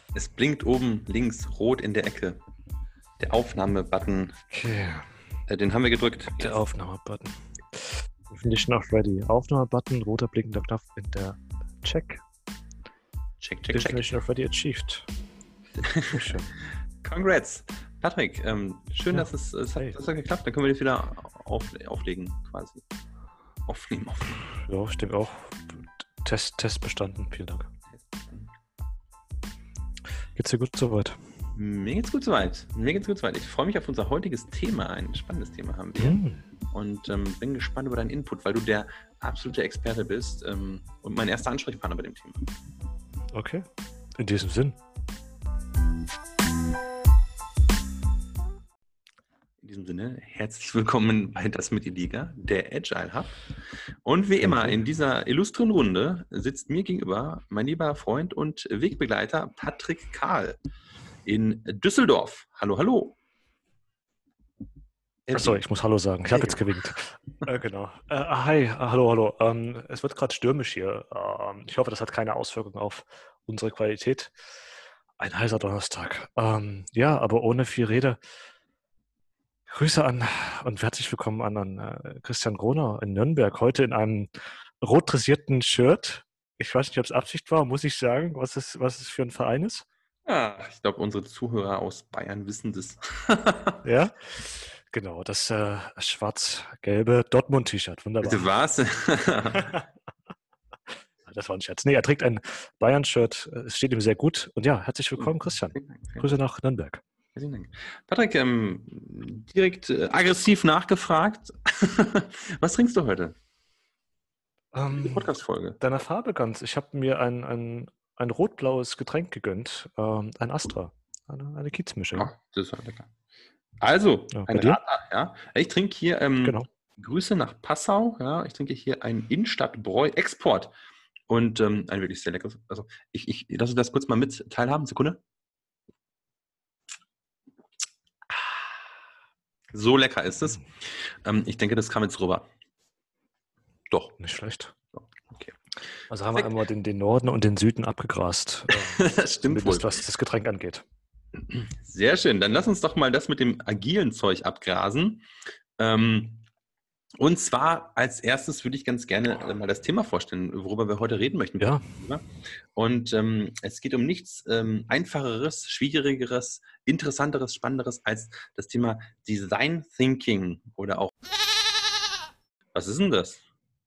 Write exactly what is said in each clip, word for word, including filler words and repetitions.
Es blinkt oben links rot in der Ecke. Der Aufnahme-Button, Okay, äh, den haben wir gedrückt. der Aufnahme-Button. Definition of ready. Aufnahme-Button, roter blinkender Knopf in der Check. Check, check, check. Definition of ready achieved. Sehr schön. Congrats. Patrick, ähm, schön, Ja. dass es, es, hat, Hey. es hat geklappt. Dann können wir das wieder auf, auflegen, quasi. Aufnehmen, aufnehmen. Ja, ich denke auch. Test, Test bestanden. Vielen Dank. Geht's dir gut soweit? Mir geht's gut soweit. Mir geht's gut soweit. Ich freue mich auf unser heutiges Thema. Ein spannendes Thema haben wir. Hm. Und ähm, bin gespannt über deinen Input, weil du der absolute Experte bist ähm, und mein erster Ansprechpartner bei dem Thema. Okay. In diesem Sinn. In diesem Sinne, herzlich willkommen bei Das mit die Liga, der Agile Hub. Und wie immer in dieser illustren Runde sitzt mir gegenüber mein lieber Freund und Wegbegleiter Patrick Kahl in Düsseldorf. Hallo, hallo. Achso, ich muss Hallo sagen. Ich habe jetzt gewinkt. äh, genau. Äh, hi, äh, hallo, hallo. Ähm, es wird gerade stürmisch hier. Ähm, ich hoffe, das hat keine Auswirkungen auf unsere Qualität. Ein heißer Donnerstag. Ähm, ja, aber ohne viel Rede. Grüße an und herzlich willkommen an, an äh, Christian Groner in Nürnberg. Heute in einem rot dressierten Shirt. Ich weiß nicht, ob es Absicht war, muss ich sagen, was es, was es für ein Verein ist. Ja, ich glaube, unsere Zuhörer aus Bayern wissen das. Ja, genau, das äh, schwarz-gelbe Dortmund-T-Shirt. Wunderbar. Bitte was? Das war ein Scherz. Nee, er trägt ein Bayern-Shirt. Es steht ihm sehr gut. Und ja, herzlich willkommen, Christian. Vielen Dank, vielen Grüße nach Nürnberg. Herzlichen Dank. Patrick, ähm, direkt äh, aggressiv nachgefragt. Was trinkst du heute? Die Ähm, Podcast-Folge. deiner Farbe ganz. Ich habe mir ein, ein, ein rot-blaues Getränk gegönnt. Ähm, ein Astra. Eine, eine Kiezmische. Ach, das ist ja lecker. Also, Ja, bei ein dir? Radler, ja. Ich trinke hier ähm, Genau. Grüße nach Passau, ja. Ich trinke hier ein Innenstadtbräu-Export. Und ähm, ein wirklich sehr leckeres. Also, ich, ich lasse das kurz mal mit teilhaben. Sekunde. So lecker ist es. Ähm, ich denke, das kam jetzt rüber. Doch. Nicht schlecht. Okay. Also haben wir einmal den, den Norden und den Süden abgegrast. Ähm, Das stimmt wohl. zumindest was das Getränk angeht. Sehr schön. Dann lass uns doch mal das mit dem agilen Zeug abgrasen. Ähm, und zwar als erstes würde ich ganz gerne äh, mal das Thema vorstellen, worüber wir heute reden möchten. Ja. Und ähm, es geht um nichts ähm, Einfacheres, Schwierigeres, Interessanteres, Spannenderes als das Thema Design Thinking oder auch. Was ist denn das?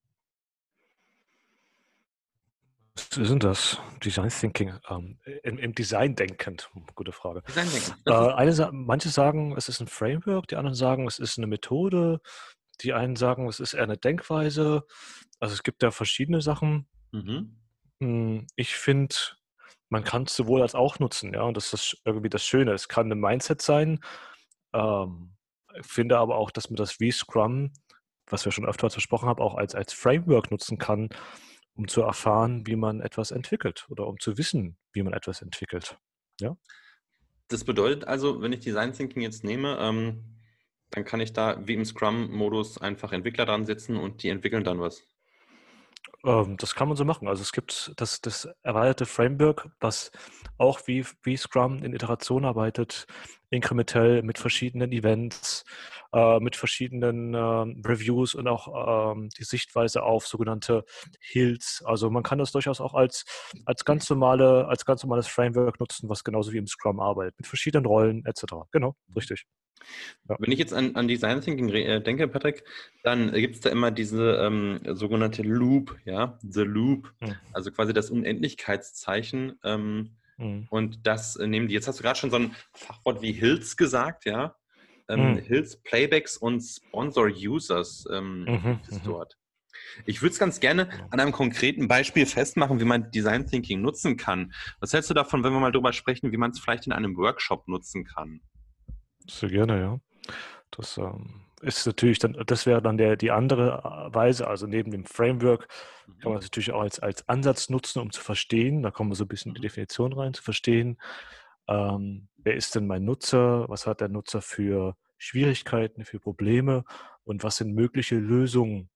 Was sind das? Design Thinking. Ähm, im, Im Design denkend. Gute Frage. Design Thinking. Äh, eine, sa- manche sagen, es ist ein Framework, die anderen sagen, es ist eine Methode, die einen sagen, es ist eher eine Denkweise. Also es gibt da verschiedene Sachen. Mhm. Hm, Ich finde, man kann es sowohl als auch nutzen, ja, und das ist irgendwie das Schöne. Es kann ein Mindset sein. Ähm, ich finde aber auch, dass man das wie Scrum, was wir schon öfter besprochen haben, auch als, als Framework nutzen kann, um zu erfahren, wie man etwas entwickelt oder um zu wissen, wie man etwas entwickelt. Ja? Das bedeutet also, wenn ich Design Thinking jetzt nehme, ähm, dann kann ich da wie im Scrum-Modus einfach Entwickler dran sitzen und die entwickeln dann was. Ähm, das kann man so machen. Also es gibt das, das erweiterte Framework, was auch wie, wie Scrum in Iteration arbeitet, inkrementell mit verschiedenen Events, äh, mit verschiedenen ähm, Reviews und auch ähm, die Sichtweise auf sogenannte Hills. Also man kann das durchaus auch als, als, ganz normale, als ganz normales Framework nutzen, was genauso wie im Scrum arbeitet, mit verschiedenen Rollen et cetera. Genau, richtig. Ja. Wenn ich jetzt an, an Design Thinking re- äh, denke, Patrick, dann gibt es da immer diese ähm, sogenannte Loop, ja, The Loop, Hm. also quasi das Unendlichkeitszeichen. Ähm, Hm. und das äh, nehmen die, jetzt hast du gerade schon so ein Fachwort wie Hills gesagt, ja. Ähm, Hm. Hills, Playbacks und Sponsor Users ähm, Mhm, gibt es mhm. dort. Ich würde es ganz gerne an einem konkreten Beispiel festmachen, wie man Design Thinking nutzen kann. Was hältst du davon, wenn wir mal darüber sprechen, wie man es vielleicht in einem Workshop nutzen kann? Sehr gerne, ja. Das ähm, ist natürlich dann, das wäre dann der, die andere äh, Weise, also neben dem Framework kann man es natürlich auch als, als Ansatz nutzen, um zu verstehen, da kommen wir so ein bisschen in die Definition rein, zu verstehen, ähm, wer ist denn mein Nutzer, was hat der Nutzer für Schwierigkeiten, für Probleme und was sind mögliche Lösungen,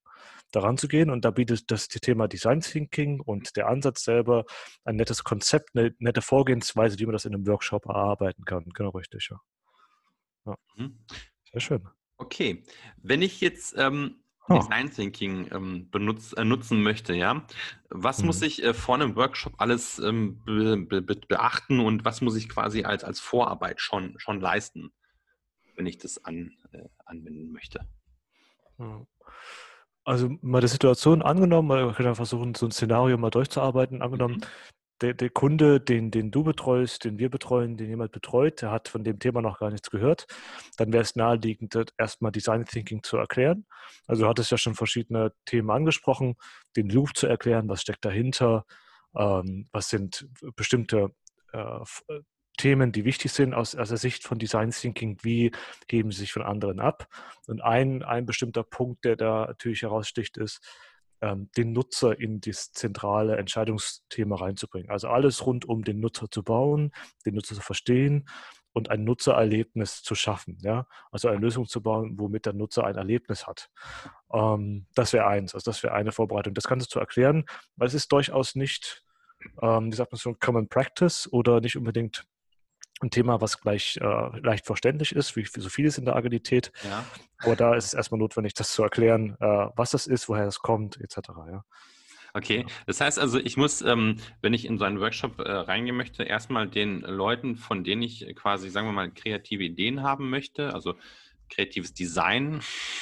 daran zu gehen. Und da bietet das Thema Design Thinking und der Ansatz selber ein nettes Konzept, eine nette Vorgehensweise, wie man das in einem Workshop erarbeiten kann. Genau, richtig, ja. Ja, Mhm. sehr schön. Okay, wenn ich jetzt ähm, Ah. Design Thinking ähm, benutz, äh, nutzen möchte, ja, was muss Mhm. ich äh, vor einem Workshop alles ähm, be, be, be, beachten und was muss ich quasi als, als Vorarbeit schon, schon leisten, wenn ich das an, äh, anwenden möchte? Ja. Also mal die Situation angenommen, man kann ja versuchen, so ein Szenario mal durchzuarbeiten. Angenommen, Mhm. der, der Kunde, den, den du betreust, den wir betreuen, den jemand betreut, der hat von dem Thema noch gar nichts gehört. Dann wäre es naheliegend, das erstmal Design Thinking zu erklären. Also du hattest ja schon verschiedene Themen angesprochen, den Loop zu erklären, was steckt dahinter, ähm, was sind bestimmte äh, f- äh, Themen, die wichtig sind aus, aus der Sicht von Design Thinking, wie heben sie sich von anderen ab. Und ein, ein bestimmter Punkt, der da natürlich heraussticht, ist, ähm, den Nutzer in das zentrale Entscheidungsthema reinzubringen. Also alles rund um den Nutzer zu bauen, den Nutzer zu verstehen und ein Nutzererlebnis zu schaffen. Ja? Also eine Lösung zu bauen, womit der Nutzer ein Erlebnis hat. Ähm, das wäre eins, also das wäre eine Vorbereitung. Das Ganze zu erklären, weil es ist durchaus nicht, ähm, wie sagt man so, Common Practice oder nicht unbedingt ein Thema, was gleich äh, leicht verständlich ist, wie so vieles in der Agilität. Ja. Aber da ist es erstmal notwendig, das zu erklären, äh, was das ist, woher das kommt, et cetera. Ja. Okay, Genau. das heißt also, ich muss, ähm, wenn ich in so einen Workshop äh, reingehen möchte, erstmal den Leuten, von denen ich quasi, sagen wir mal, kreative Ideen haben möchte, also kreatives Design,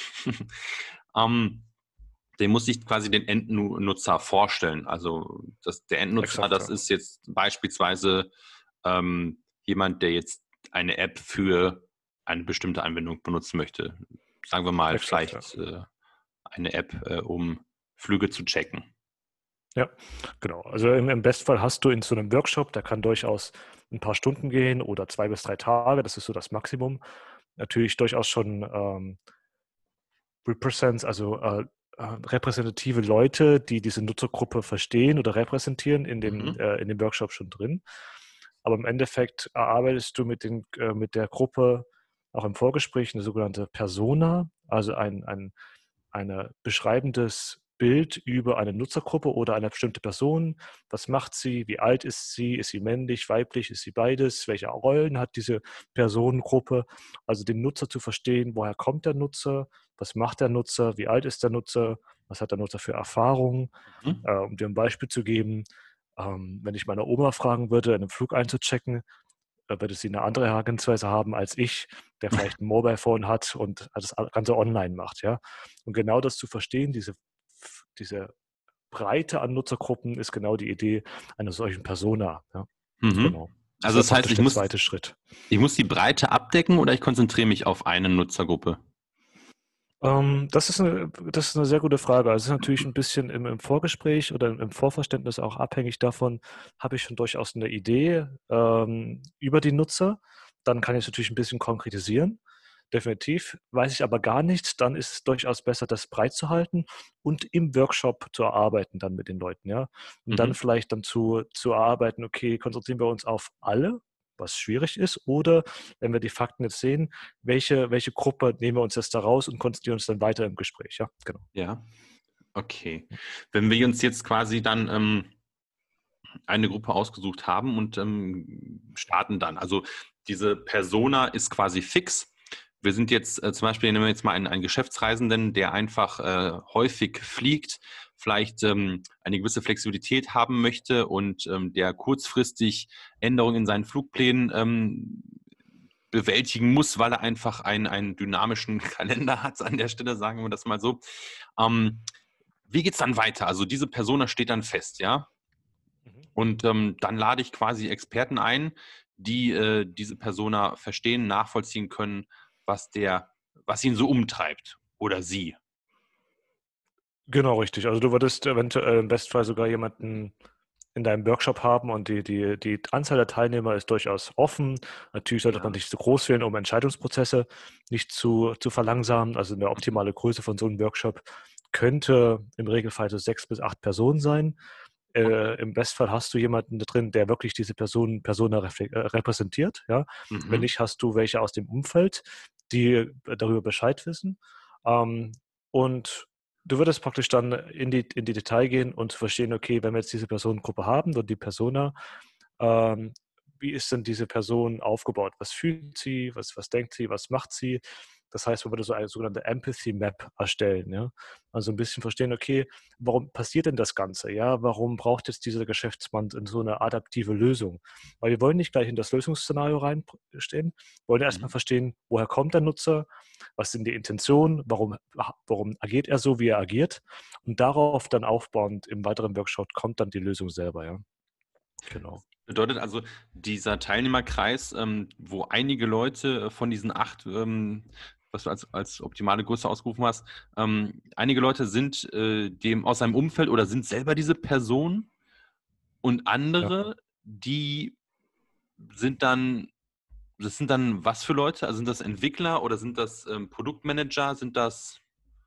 ähm, den muss ich quasi den Endnutzer vorstellen. Also das, der Endnutzer, Exakt, das ja. ist jetzt beispielsweise ähm, jemand, der jetzt eine App für eine bestimmte Anwendung benutzen möchte. Sagen wir mal Exakt, ja. vielleicht äh, eine App, äh, um Flüge zu checken. Ja, genau. Also im, im Bestfall hast du in so einem Workshop, der kann durchaus ein paar Stunden gehen oder zwei bis drei Tage, das ist so das Maximum. Natürlich durchaus schon ähm, Represents, also äh, äh, repräsentative Leute, die diese Nutzergruppe verstehen oder repräsentieren, in dem, Mhm. äh, in dem Workshop schon drin. Aber im Endeffekt erarbeitest du mit, den, äh, mit der Gruppe auch im Vorgespräch eine sogenannte Persona, also ein, ein eine beschreibendes Bild über eine Nutzergruppe oder eine bestimmte Person. Was macht sie? Wie alt ist sie? Ist sie männlich, weiblich? Ist sie beides? Welche Rollen hat diese Personengruppe? Also den Nutzer zu verstehen, woher kommt der Nutzer? Was macht der Nutzer? Wie alt ist der Nutzer? Was hat der Nutzer für Erfahrungen? Mhm. Äh, um dir ein Beispiel zu geben, ähm, wenn ich meine Oma fragen würde, einen Flug einzuchecken, äh, würde sie eine andere Herangehensweise haben als ich, der vielleicht ein Mobile Phone hat und das Ganze online macht, ja. Und genau das zu verstehen, diese, diese Breite an Nutzergruppen ist genau die Idee einer solchen Persona, ja. Mhm. Genau. Das Also wäre das heißt, praktisch ich der muss, zweite Schritt. ich muss die Breite abdecken oder ich konzentriere mich auf eine Nutzergruppe? Ähm, das ist eine, das ist eine sehr gute Frage. Also es ist natürlich ein bisschen im, im Vorgespräch oder im Vorverständnis auch abhängig davon, habe ich schon durchaus eine Idee ähm, über die Nutzer. Dann kann ich es natürlich ein bisschen konkretisieren. Definitiv. Weiß ich aber gar nichts, dann ist es durchaus besser, das breit zu halten und im Workshop zu erarbeiten dann mit den Leuten, ja. Und dann Mhm. vielleicht dann zu, zu erarbeiten, okay, konzentrieren wir uns auf alle, was schwierig ist, oder wenn wir die Fakten jetzt sehen, welche, welche Gruppe nehmen wir uns jetzt da raus und konzentrieren uns dann weiter im Gespräch, ja, genau. Ja, okay. Wenn wir uns jetzt quasi dann ähm, eine Gruppe ausgesucht haben und ähm, starten dann. Also diese Persona ist quasi fix. Wir sind jetzt äh, zum Beispiel, nehmen wir jetzt mal einen, einen Geschäftsreisenden, der einfach äh, häufig fliegt, vielleicht ähm, eine gewisse Flexibilität haben möchte und ähm, der kurzfristig Änderungen in seinen Flugplänen ähm, bewältigen muss, weil er einfach einen, einen dynamischen Kalender hat an der Stelle, sagen wir das mal so. Ähm, wie geht es dann weiter? Also diese Persona steht dann fest, ja? Mhm. Und ähm, dann lade ich quasi Experten ein, die äh, diese Persona verstehen, nachvollziehen können, was der, was ihn so umtreibt oder sie. Genau, richtig. Also du würdest eventuell im Bestfall sogar jemanden in deinem Workshop haben und die, die, die Anzahl der Teilnehmer ist durchaus offen. Natürlich sollte man Ja. nicht zu groß wählen, um Entscheidungsprozesse nicht zu, zu verlangsamen. Also eine Mhm. optimale Größe von so einem Workshop könnte im Regelfall so sechs bis acht Personen sein. Okay. Äh, im Bestfall hast du jemanden da drin, der wirklich diese Person, Persona refle- äh, repräsentiert. Ja? Wenn Mhm. nicht, hast du welche aus dem Umfeld, die darüber Bescheid wissen. Ähm, und du würdest praktisch dann in die, in die Detail gehen und verstehen, okay, wenn wir jetzt diese Personengruppe haben und die Persona, ähm, wie ist denn diese Person aufgebaut? Was fühlt sie? Was, was denkt sie? Was macht sie? Das heißt, man würde so eine sogenannte Empathy Map erstellen. Ja? Also ein bisschen verstehen, okay, warum passiert denn das Ganze? Ja? Warum braucht jetzt dieser Geschäftsmann so eine adaptive Lösung? Weil wir wollen nicht gleich in das Lösungsszenario reinstehen, wir wollen erstmal Mhm. verstehen, woher kommt der Nutzer, was sind die Intentionen, warum, warum agiert er so, wie er agiert, und darauf dann aufbauend im weiteren Workshop kommt dann die Lösung selber. Ja? Genau. Bedeutet also, dieser Teilnehmerkreis, ähm, wo einige Leute von diesen acht, ähm, was du als, als optimale Größe ausgerufen hast, ähm, einige Leute sind äh, dem aus seinem Umfeld oder sind selber diese Person und Ja. andere, die sind dann, das sind dann was für Leute? Also sind das Entwickler oder sind das ähm, Produktmanager? Sind das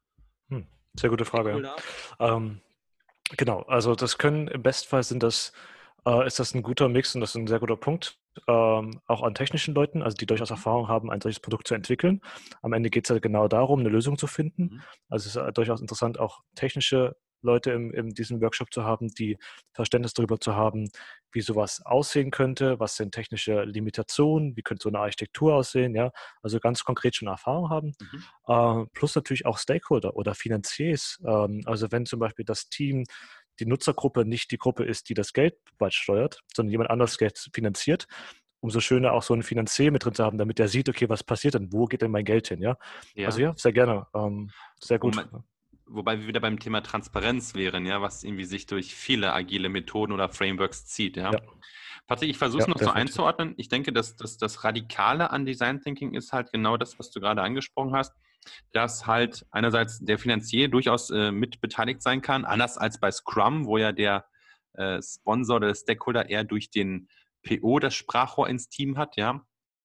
Hm. Sehr gute Frage. Stakeholder? Ja. Ähm, genau, also das können im Bestfall sind das, äh, ist das ein guter Mix und das ist ein sehr guter Punkt, ähm, auch an technischen Leuten, also die durchaus Mhm. Erfahrung haben, ein solches Produkt zu entwickeln. Am Ende geht es ja genau darum, eine Lösung zu finden. Mhm. Also es ist äh, durchaus interessant, auch technische Leute in, in diesem Workshop zu haben, die Verständnis darüber zu haben, wie sowas aussehen könnte, was sind technische Limitationen, wie könnte so eine Architektur aussehen, ja, also ganz konkret schon Erfahrung haben. Mhm. Äh, plus natürlich auch Stakeholder oder Finanziers. Ähm, also wenn zum Beispiel das Team, die Nutzergruppe nicht die Gruppe ist, die das Geld beisteuert, sondern jemand anderes Geld finanziert, umso schöner auch so einen Finanzier mit drin zu haben, damit der sieht, okay, was passiert denn, wo geht denn mein Geld hin, ja? Also Ja. ja, sehr gerne, ähm, sehr Wo gut. man, wobei wir wieder beim Thema Transparenz wären, ja, was irgendwie sich durch viele agile Methoden oder Frameworks zieht, ja. Ja, Patrick, ich versuche es ja, noch so definitiv. einzuordnen. Ich denke, dass, dass das Radikale an Design Thinking ist halt genau das, was du gerade angesprochen hast, dass halt einerseits der Finanzier durchaus äh, mit beteiligt sein kann, anders als bei Scrum, wo ja der äh, Sponsor oder der Stakeholder eher durch den P O das Sprachrohr ins Team hat, ja.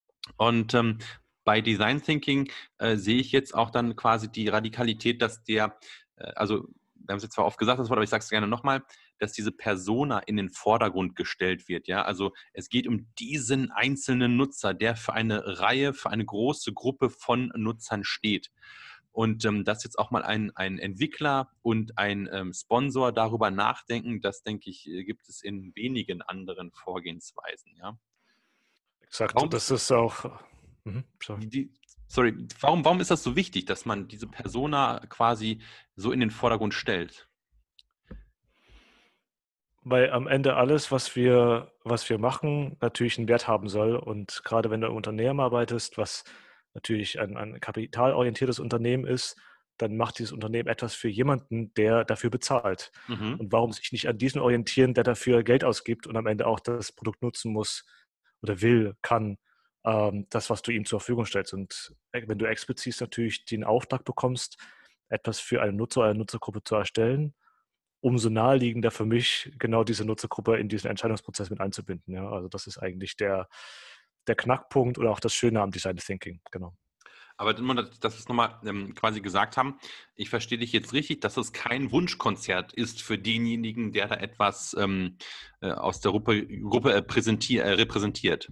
Und ähm, bei Design Thinking äh, sehe ich jetzt auch dann quasi die Radikalität, dass der, äh, also wir haben es jetzt zwar oft gesagt, das Wort, aber ich sage es gerne nochmal, dass diese Persona in den Vordergrund gestellt wird. Ja, also es geht um diesen einzelnen Nutzer, der für eine Reihe, für eine große Gruppe von Nutzern steht. Und ähm, dass jetzt auch mal ein, ein Entwickler und ein ähm, Sponsor darüber nachdenken, das denke ich, äh, gibt es in wenigen anderen Vorgehensweisen. Ja. Exakt, Warum ist das ist auch, mhm, sorry. die, die, sorry, warum, warum ist das so wichtig, dass man diese Persona quasi so in den Vordergrund stellt? Weil am Ende alles, was wir, was wir machen, natürlich einen Wert haben soll. Und gerade wenn du im Unternehmen arbeitest, was natürlich ein, ein kapitalorientiertes Unternehmen ist, dann macht dieses Unternehmen etwas für jemanden, der dafür bezahlt. Mhm. Und warum sich nicht an diesen orientieren, der dafür Geld ausgibt und am Ende auch das Produkt nutzen muss oder will, kann, ähm, das, was du ihm zur Verfügung stellst. Und wenn du explizit natürlich den Auftrag bekommst, etwas für einen Nutzer oder eine Nutzergruppe zu erstellen, umso naheliegender für mich, genau diese Nutzergruppe in diesen Entscheidungsprozess mit einzubinden. Ja, also das ist eigentlich der, der Knackpunkt oder auch das Schöne am Design Thinking. Genau. Aber nur, dass dass wir es nochmal ähm, quasi gesagt haben, ich verstehe dich jetzt richtig, dass es kein Wunschkonzert ist für denjenigen, der da etwas ähm, äh, aus der Gruppe, Gruppe äh, präsentier, äh, repräsentiert.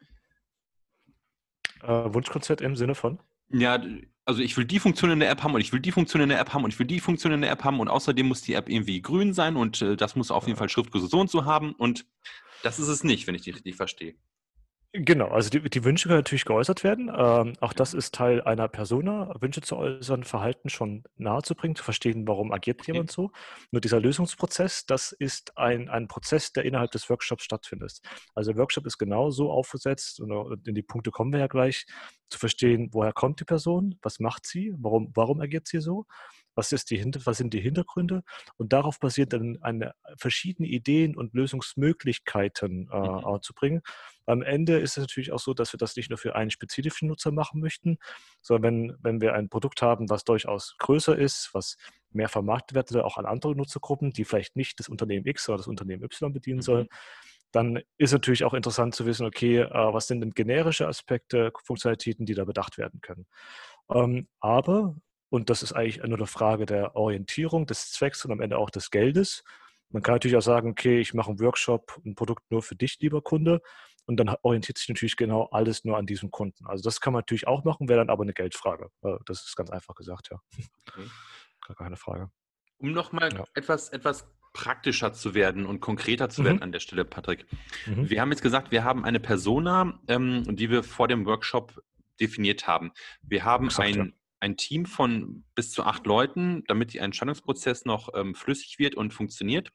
Äh, Wunschkonzert im Sinne von? Ja, also ich will die Funktion in der App haben und ich will die Funktion in der App haben und ich will die Funktion in der App haben und außerdem muss die App irgendwie grün sein und äh, das muss auf jeden Fall Schriftgröße so und so haben und das ist es nicht, wenn ich dich richtig verstehe. Genau, also die, die Wünsche können natürlich geäußert werden. Ähm, auch Ja. das ist Teil einer Persona, Wünsche zu äußern, Verhalten schon nahezubringen, zu verstehen, warum agiert Okay. jemand so. Nur dieser Lösungsprozess, das ist ein, ein Prozess, der innerhalb des Workshops stattfindet. Also der Workshop ist genau so aufgesetzt, und in die Punkte kommen wir ja gleich, zu verstehen, woher kommt die Person, was macht sie, warum, warum agiert sie so, was, ist die, Hinter- was sind die Hintergründe, und darauf basiert dann eine, verschiedene Ideen und Lösungsmöglichkeiten Mhm. äh, zu bringen. Am Ende ist es natürlich auch so, dass wir das nicht nur für einen spezifischen Nutzer machen möchten, sondern wenn, wenn wir ein Produkt haben, was durchaus größer ist, was mehr vermarktet wird, oder auch an andere Nutzergruppen, die vielleicht nicht das Unternehmen X oder das Unternehmen Y bedienen soll, Mhm. dann ist natürlich auch interessant zu wissen, okay, äh, was sind denn generische Aspekte, Funktionalitäten, die da bedacht werden können. Ähm, aber, und das ist eigentlich nur eine Frage der Orientierung, des Zwecks und am Ende auch des Geldes, man kann natürlich auch sagen, okay, ich mache einen Workshop, ein Produkt nur für dich, lieber Kunde, und dann orientiert sich natürlich genau alles nur an diesem Kunden. Also das kann man natürlich auch machen, wäre dann aber eine Geldfrage. Äh, Das ist ganz einfach gesagt, ja. Okay. gar keine Frage. Um nochmal Ja. etwas, etwas praktischer zu werden und konkreter zu Mhm. werden an der Stelle, Patrick. Mhm. Wir haben jetzt gesagt, wir haben eine Persona, ähm, die wir vor dem Workshop definiert haben. Wir haben Exakt, ja. ein, ein Team von bis zu acht Leuten, damit der Entscheidungsprozess noch ähm, flüssig wird und funktioniert.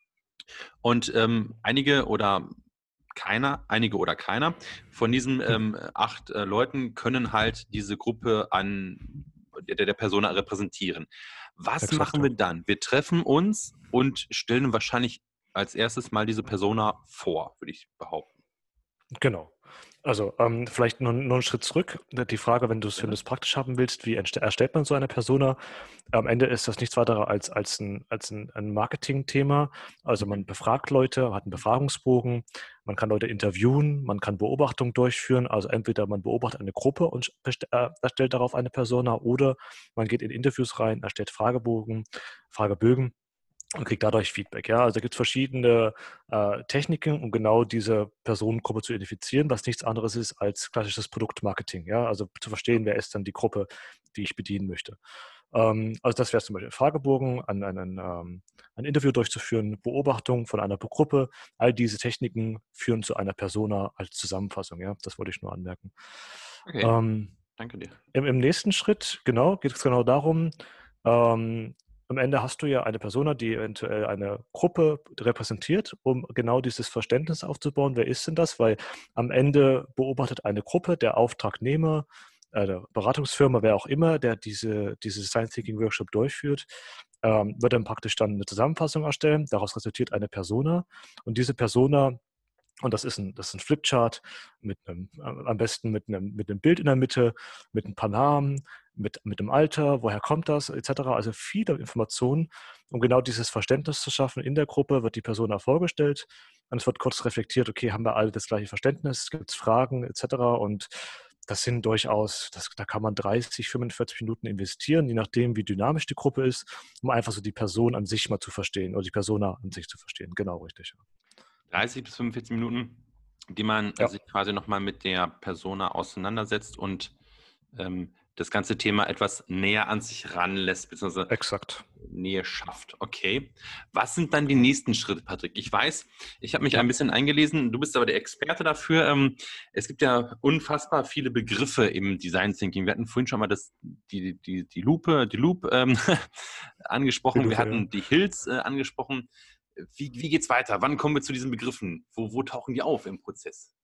Und ähm, einige oder keiner, einige oder keiner von diesen ähm, acht äh, Leuten können halt diese Gruppe an der, der Persona repräsentieren. Was Exakt, machen ja. wir dann? Wir treffen uns und stellen wahrscheinlich als erstes mal diese Persona vor, würde ich behaupten. Genau. Also, ähm, vielleicht nur, nur einen Schritt zurück. Die Frage, wenn du es wenn Ja? du's praktisch haben willst, wie entste erstellt man so eine Persona? Am Ende ist das nichts weiterer als als ein als 'n ein Marketingthema. Also, Mhm. man befragt Leute, hat einen Befragungsbogen, man kann Leute interviewen, man kann Beobachtungen durchführen. Also, entweder man beobachtet eine Gruppe und best äh, erstellt darauf eine Persona oder man geht in Interviews rein, erstellt Fragebogen Fragebögen und kriegt dadurch Feedback, ja. Also, da gibt's verschiedene, äh, Techniken, um genau diese Personengruppe zu identifizieren, was nichts anderes ist als klassisches Produktmarketing, ja. Also, zu verstehen, wer ist dann die Gruppe, die ich bedienen möchte. Ähm, also, das wäre zum Beispiel 'n Fragebogen, ein ein ein, ähm ein Interview durchzuführen, Beobachtung von einer Gruppe. All diese Techniken führen zu einer Persona als Zusammenfassung, ja. Das wollte ich nur anmerken. Okay, Ähm, danke dir. im im nächsten Schritt, genau, geht es genau darum, ähm am Ende hast du ja eine Persona, die eventuell eine Gruppe repräsentiert, um genau dieses Verständnis aufzubauen. Wer ist denn das? Weil am Ende beobachtet eine Gruppe, der Auftragnehmer, äh, der Beratungsfirma, wer auch immer, der diese diese Design Thinking Workshop durchführt, ähm, wird dann praktisch dann eine Zusammenfassung erstellen. Daraus resultiert eine Persona und diese Persona und das ist ein das ist 'n Flipchart mit einem am am besten mit einem mit 'nem Bild in der Mitte, mit ein paar Namen, mit mit dem Alter, woher kommt das et cetera. Also, viele Informationen, um genau dieses Verständnis zu schaffen. In der Gruppe wird die Persona vorgestellt und es wird kurz reflektiert: „Okay, haben wir alle das gleiche Verständnis? Gibt's Fragen?“ et cetera. Und das sind durchaus das da kann man dreißig, fünfundvierzig Minuten investieren, je nachdem, wie dynamisch die Gruppe ist, um einfach so die Person an sich mal zu verstehen oder die Persona an sich zu verstehen. Genau, richtig, ja. dreißig bis fünfundvierzig Minuten, die man Ja. sich quasi nochmal mit der Persona auseinandersetzt und ähm, das ganze Thema etwas näher an sich ranlässt, beziehungsweise Exakt, Nähe schafft. Okay. Was sind dann die genau. nächsten Schritte, Patrick? Ich weiß, ich habe mich Ja. ein bisschen eingelesen, du bist aber der Experte dafür. Ähm, es gibt ja unfassbar viele Begriffe im Design Thinking. Wir hatten vorhin schon mal das, die, die, die Lupe, die Loop ähm, Die angesprochen, wir Lupe, ja. hatten die Hills äh, angesprochen. Wie, wie geht's weiter? Wann kommen wir zu diesen Begriffen? Wo, wo tauchen die auf im Prozess?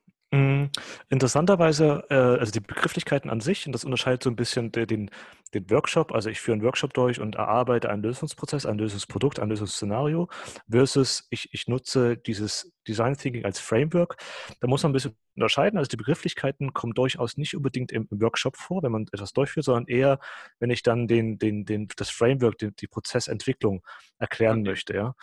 Hm, interessanterweise, äh, also die Begrifflichkeiten an sich und das unterscheidet so ein bisschen de den den Workshop. Also, ich führe einen Workshop durch und erarbeite einen Lösungsprozess, ein Lösungsprodukt, ein Lösungsszenario versus ich ich nutze dieses Design Thinking als Framework. Da muss man ein bisschen unterscheiden. Also, die Begrifflichkeiten kommen durchaus nicht unbedingt im im Workshop vor, wenn man etwas durchführt, sondern eher, wenn ich dann den den den das Framework, den die Prozessentwicklung erklären Okay. möchte, ja.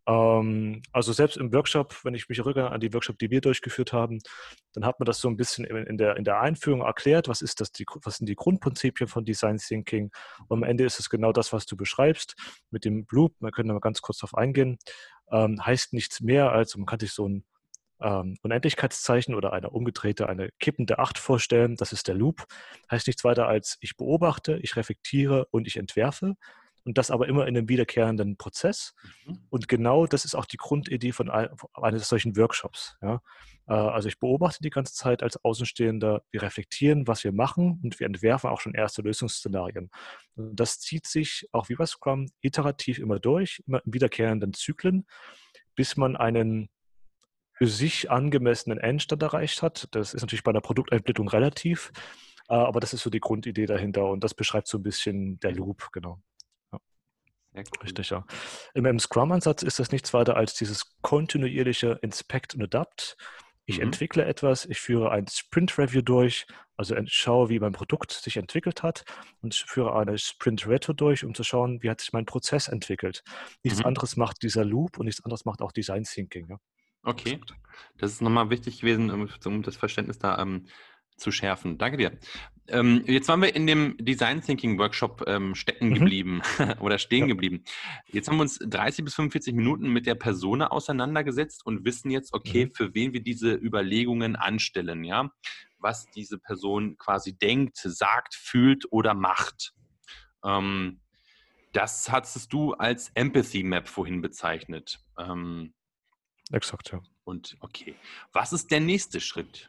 Ähm, also selbst im Workshop, wenn ich mich erinnere an die Workshop, die wir durchgeführt haben, dann hat man das so ein bisschen in in der in der Einführung erklärt, was ist das die was sind die Grundprinzipien von Design Thinking? Und am Ende ist es genau das, was du beschreibst mit dem Loop. Wir können da mal ganz kurz drauf eingehen. Ähm, heißt nichts mehr als man kann sich so ein ähm, Unendlichkeitszeichen oder eine umgedrehte, eine kippende Acht vorstellen. Das ist der Loop. Heißt nichts weiter als ich beobachte, ich reflektiere und ich entwerfe und das aber immer in einem wiederkehrenden Prozess. Mhm. Und genau das ist auch die Grundidee von ei eines solchen Workshops, ja. Äh, also, ich beobachte die ganze Zeit als Außenstehender. Wir reflektieren, was wir machen und wir entwerfen auch schon erste Lösungsszenarien. Und das zieht sich auch wie bei Scrum iterativ immer durch, immer in wiederkehrenden Zyklen, bis man einen für sich angemessenen Endstand erreicht hat. Das ist natürlich bei einer Produktentwicklung relativ, äh, aber das ist so die Grundidee dahinter und das beschreibt so ein bisschen der Okay. Loop, genau. Ja, Sehr cool. richtig, ja. Im im Scrum-Ansatz ist das nichts weiter als dieses kontinuierliche Inspect und Adapt. Ich Mhm. entwickle etwas, ich führe ein Sprint-Review durch, also ent schaue, wie mein Produkt sich entwickelt hat und ich führe eine Sprint-Retro durch, um zu schauen, wie hat sich mein Prozess entwickelt. Nichts Mhm. anderes macht dieser Loop und nichts anderes macht auch Design Thinking, ja. Okay, Exakt. das ist nochmal wichtig gewesen, um, um das Verständnis da ähm, zu schärfen. Danke dir. Ähm, jetzt waren wir in dem Design Thinking Workshop ähm, stecken Mhm. geblieben oder stehen Ja. geblieben. Jetzt haben wir uns dreißig bis fünfundvierzig Minuten mit der Persona auseinandergesetzt und wissen jetzt, okay, Mhm. für wen wir diese Überlegungen anstellen, ja, was diese Person quasi denkt, sagt, fühlt oder macht. Ähm, Das hattest du als Empathy Map vorhin bezeichnet. Ähm, Exakt, ja. und okay, was ist der nächste Schritt?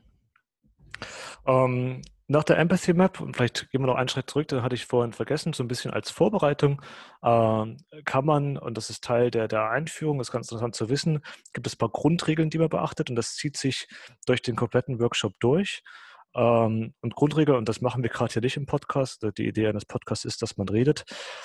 Ähm, nach der Empathy Map, und vielleicht gehen wir noch einen Schritt zurück, den hatte ich vorhin vergessen, so ein bisschen als Vorbereitung, ähm, kann man, und das ist Teil der, der Einführung, ist ganz interessant zu wissen, gibt es ein paar Grundregeln, die man beachtet, und das zieht sich durch den kompletten Workshop durch. Ähm, und Grundregel, und das machen wir gerade hier nicht im Podcast, die Idee eines Podcasts ist, dass man redet.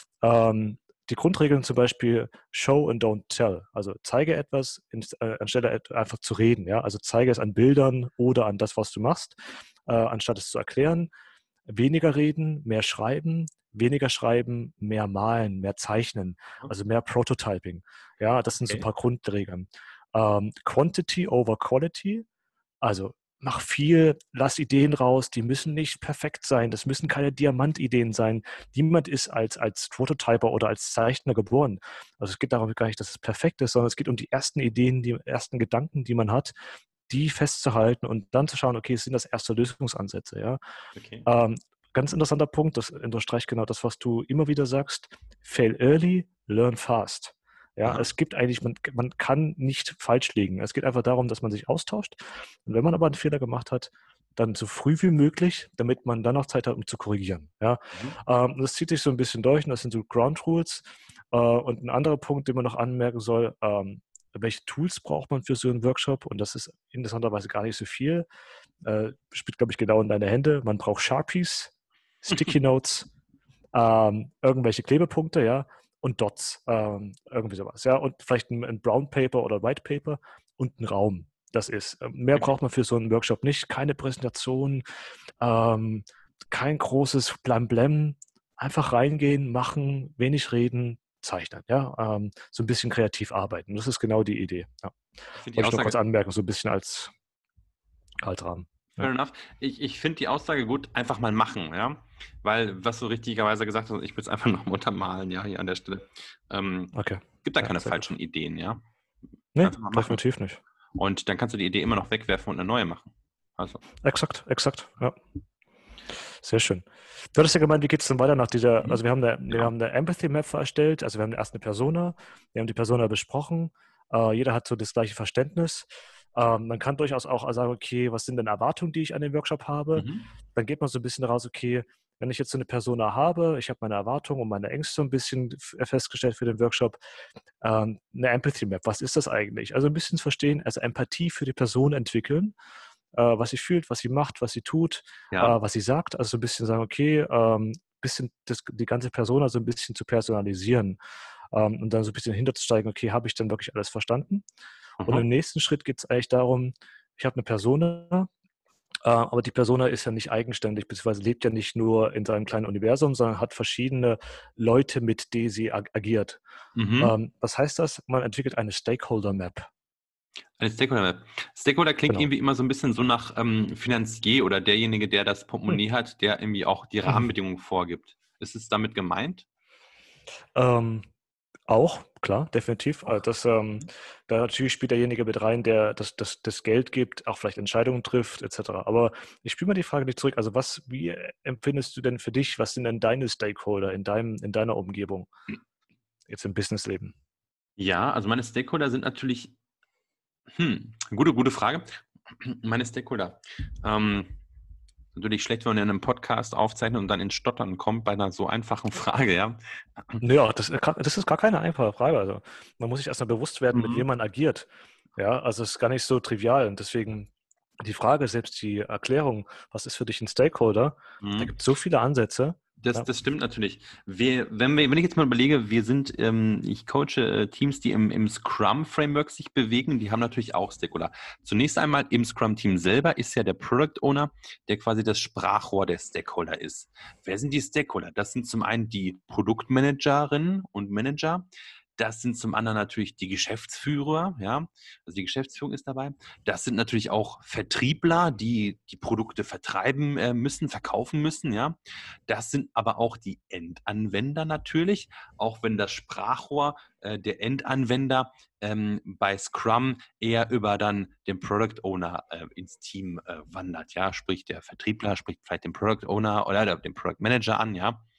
Ähm, die Grundregeln zum Beispiel Show and don't tell, also zeige etwas, in, äh, anstelle et- einfach zu reden. Ja? Also zeige es an Bildern oder an das, was du machst, äh, anstatt es zu erklären. Weniger reden, mehr schreiben, weniger schreiben, mehr malen, mehr zeichnen, also mehr Prototyping. Ja, das sind so ein Okay. paar Grundregeln. Ähm, Quantity over Quality, also mach viel, lass Ideen raus, die müssen nicht perfekt sein, das müssen keine Diamantideen sein. Niemand ist als, als Prototyper oder als Zeichner geboren. Also es geht darum gar nicht, dass es perfekt ist, sondern es geht um die ersten Ideen, die ersten Gedanken, die man hat, die festzuhalten und dann zu schauen, okay, sind das erste Lösungsansätze, ja. Okay. Ähm, ganz interessanter Punkt, das unterstreicht genau das, was du immer wieder sagst, fail early, learn fast. Ja, Aha. es gibt eigentlich, man, man kann nicht falsch liegen. Es geht einfach darum, dass man sich austauscht. Und wenn man aber einen Fehler gemacht hat, dann so früh wie möglich, damit man dann auch Zeit hat, um zu korrigieren. Ja, Mhm. ähm, das zieht sich so ein bisschen durch und das sind so Ground Rules. Äh, und ein anderer Punkt, den man noch anmerken soll, ähm, welche Tools braucht man für so einen Workshop? Und das ist interessanterweise gar nicht so viel. Äh, spielt, glaube ich, genau in deine Hände. Man braucht Sharpies, Sticky Notes, ähm, irgendwelche Klebepunkte, ja, und Dots, ähm, irgendwie sowas, ja, und vielleicht ein, ein Brown Paper oder White Paper und ein Raum. Das ist. Ähm, Mehr Okay. braucht man für so einen Workshop nicht. Keine Präsentation, ähm, kein großes Blam-Blam. Einfach reingehen, machen, wenig reden, zeichnen, ja, ähm, so ein bisschen kreativ arbeiten. Das ist genau die Idee. Ja. Ich finde die Wollte ich noch kurz Aussage, anmerken, so ein bisschen als Haltrahmen. fair Ja. enough. Ich, ich finde die Aussage gut, einfach mal machen, ja. Weil, was du richtigerweise gesagt hast, ich will es einfach noch mal untermalen, ja, hier an der Stelle. Ähm, Okay. gibt da Ja, keine sehr gut. falschen Ideen, ja. Nee, Einfach mal machen. definitiv nicht. Und dann kannst du die Idee immer noch wegwerfen und eine neue machen. Also. Exakt, exakt, ja. Sehr schön. Du hattest ja gemeint, wie geht es denn weiter nach dieser, Mhm. also wir haben eine, wir Genau. haben eine Empathy Map erstellt, also wir haben erst eine Persona, wir haben die Persona besprochen, äh, jeder hat so das gleiche Verständnis. Ähm, man kann durchaus auch sagen, okay, was sind denn Erwartungen, die ich an den Workshop habe? Mhm. Dann geht man so ein bisschen raus, okay, wenn ich jetzt so eine Persona habe, ich habe meine Erwartungen und meine Ängste so ein bisschen f- festgestellt für den Workshop, ähm, eine Empathy Map, was ist das eigentlich? Also ein bisschen verstehen, also Empathie für die Person entwickeln, äh, was sie fühlt, was sie macht, was sie tut, äh, Ja. was sie sagt. Also so ein bisschen sagen, okay, ähm, bisschen das, die ganze Persona so ein bisschen zu personalisieren, ähm, und dann so ein bisschen hinterzusteigen, okay, habe ich dann wirklich alles verstanden? Und Aha. im nächsten Schritt geht es eigentlich darum, ich habe eine Persona, äh, aber die Persona ist ja nicht eigenständig, beziehungsweise lebt ja nicht nur in seinem kleinen Universum, sondern hat verschiedene Leute, mit denen sie ag agiert. Mhm. Ähm, was heißt das? Man entwickelt eine Stakeholder Map. Eine Stakeholder-Map. Stakeholder klingt Genau. irgendwie immer so ein bisschen so nach ähm, Finanzier oder derjenige, der das Hm. Portemonnaie hat, der irgendwie auch die Rahmenbedingungen vorgibt. Ist es damit gemeint? Ähm, auch, klar, definitiv. Also Auch. das, ähm, da natürlich spielt derjenige mit rein, der das, das, das Geld gibt, auch vielleicht Entscheidungen trifft, et cetera. Aber ich spiele mal die Frage nicht zurück. Also was, wie empfindest du denn für dich, was sind denn deine Stakeholder in deinem, in deiner Umgebung, jetzt im Businessleben? Ja, also meine Stakeholder sind natürlich, hm, gute, gute Frage. Meine Stakeholder. Ähm, natürlich schlecht, wenn man in einem Podcast aufzeichnet und dann ins Stottern kommt bei einer so einfachen Frage, ja. Ja, das, ist gar- das ist gar keine einfache Frage. Also man muss sich erstmal bewusst werden, mit Mhm. wem man agiert. Ja, also es ist gar nicht so trivial. Und deswegen die Frage, selbst die Erklärung, was ist für dich ein Stakeholder? Da Mhm. gibt es so viele Ansätze. Das, Ja. das stimmt natürlich. Wir, wenn, wir, wenn ich jetzt mal überlege, wir sind, ähm, ich coache äh, Teams, die im, im Scrum-Framework sich bewegen, die haben natürlich auch Stakeholder. Zunächst einmal im Scrum-Team selber ist ja der Product Owner, der quasi das Sprachrohr der Stakeholder ist. Wer sind die Stakeholder? Das sind zum einen die Produktmanagerinnen und Manager. Das sind zum anderen natürlich die Geschäftsführer, ja, also die Geschäftsführung ist dabei. Das sind natürlich auch Vertriebler, die die Produkte vertreiben äh, müssen, verkaufen müssen, ja. Das sind aber auch die Endanwender natürlich, auch wenn das Sprachrohr äh, der Endanwender ähm, bei Scrum eher über dann den Product Owner äh, ins Team äh, wandert. Ja, sprich der Vertriebler spricht vielleicht den Product Owner oder den Product Manager an, ja.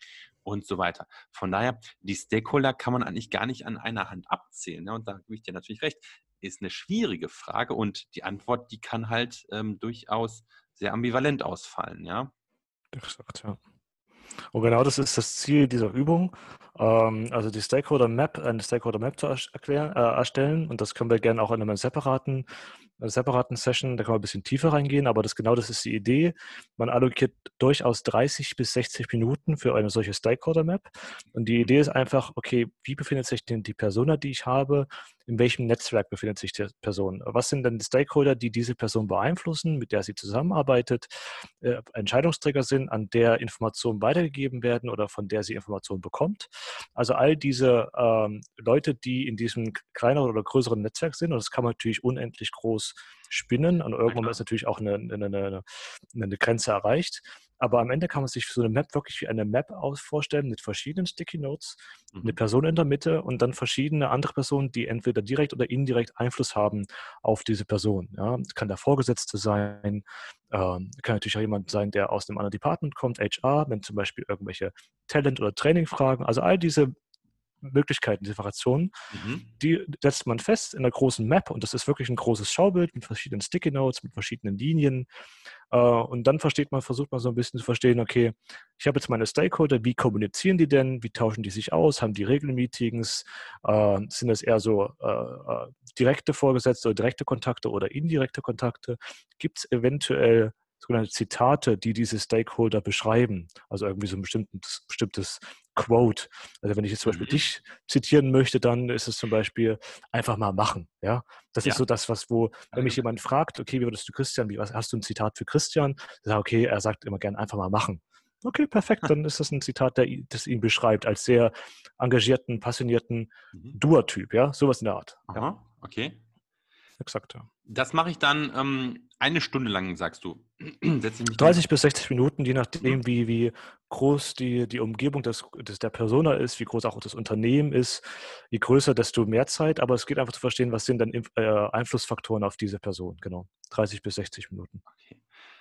und so weiter. Von daher, die Stakeholder kann man eigentlich gar nicht an einer Hand abzählen. Ne? Und da gebe ich dir natürlich recht, ist eine schwierige Frage und die Antwort, die kann halt ähm, durchaus sehr ambivalent ausfallen, ja. Exakt, ja. Und genau das ist das Ziel dieser Übung. Ähm, also die Stakeholder Map, eine Stakeholder Map zu erklären, äh, erstellen. Und das können wir gerne auch in einem separaten, einer separaten Session, da kann man ein bisschen tiefer reingehen, aber das genau das ist die Idee. Man allokiert durchaus dreißig bis sechzig Minuten für eine solche Stakeholder Map. Und die Idee ist einfach, okay, wie befindet sich denn die Persona, die ich habe? In welchem Netzwerk befindet sich die Person? Was sind denn die Stakeholder, die diese Person beeinflussen, mit der sie zusammenarbeitet, äh, Entscheidungsträger sind, an der Informationen weitergegeben werden oder von der sie Informationen bekommt? Also all diese ähm, Leute, die in diesem kleineren oder größeren Netzwerk sind, und das kann man natürlich unendlich groß spinnen, und irgendwann ist natürlich auch eine, eine, eine, eine Grenze erreicht. Aber am Ende kann man sich so eine Map wirklich wie eine Map aus vorstellen mit verschiedenen Sticky Notes, Mhm. eine Person in der Mitte und dann verschiedene andere Personen, die entweder direkt oder indirekt Einfluss haben auf diese Person. Ja, das kann der Vorgesetzte sein, ähm, kann natürlich auch jemand sein, der aus einem anderen Department kommt, H R, wenn zum Beispiel irgendwelche Talent- oder Training-Fragen, also all diese Möglichkeiten, diese Variationen, Mhm. die setzt man fest in einer großen Map und das ist wirklich ein großes Schaubild mit verschiedenen Sticky Notes, mit verschiedenen Linien. Äh, und dann versteht man, versucht man so ein bisschen zu verstehen, okay, ich habe jetzt meine Stakeholder, wie kommunizieren die denn, wie tauschen die sich aus, haben die Regelmeetings, äh, sind das eher so äh, äh, direkte Vorgesetzte oder direkte Kontakte oder indirekte Kontakte? Gibt es eventuell sogenannte Zitate, die diese Stakeholder beschreiben? Also irgendwie so ein bestimmtes, bestimmtes Quote. Also wenn ich jetzt zum Beispiel Mhm. dich zitieren möchte, dann ist es zum Beispiel einfach mal machen. Ja, das ist Ja. so das, was wo, wenn mich Genau. jemand fragt, okay, wie würdest du Christian, wie, was hast du ein Zitat für Christian? Ich sage, okay, er sagt immer gern einfach mal machen. Okay, perfekt, dann ist das ein Zitat, der, das ihn beschreibt als sehr engagierten, passionierten Mhm. Doer-Typ, ja, sowas in der Art. Ja, Aha, okay. exakt, ja. Das mache ich dann ähm, eine Stunde lang, sagst du. Setze ich mich dann. dreißig bis sechzig Minuten, je Mhm. nachdem, wie, wie groß die, die Umgebung des, des, der Persona ist, wie groß auch das Unternehmen ist. Je größer, desto mehr Zeit. Aber es geht einfach zu verstehen, was sind dann Inf- äh, Einflussfaktoren auf diese Person. Genau. dreißig bis sechzig Minuten. Okay,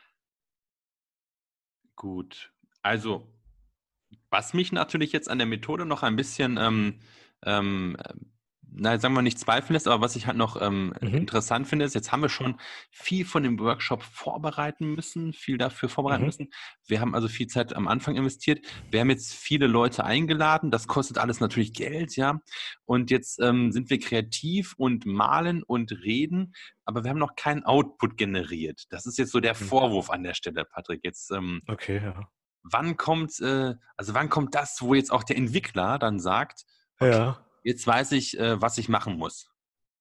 gut. Also, was mich natürlich jetzt an der Methode noch ein bisschen, ähm, ähm, ähm, na, sagen wir nicht zweifeln lässt, aber was ich halt noch ähm, Mhm. interessant finde, ist, jetzt haben wir schon viel von dem Workshop vorbereiten müssen, viel dafür vorbereiten Mhm. müssen. Wir haben also viel Zeit am Anfang investiert. Wir haben jetzt viele Leute eingeladen. Das kostet alles natürlich Geld, ja. Und jetzt ähm, sind wir kreativ und malen und reden, aber wir haben noch keinen Output generiert. Das ist jetzt so der Mhm. Vorwurf an der Stelle, Patrick. Jetzt ähm, Okay, ja. wann kommt, äh, also wann kommt das, wo jetzt auch der Entwickler dann sagt, okay, Ja. jetzt weiß ich, äh, was ich machen muss.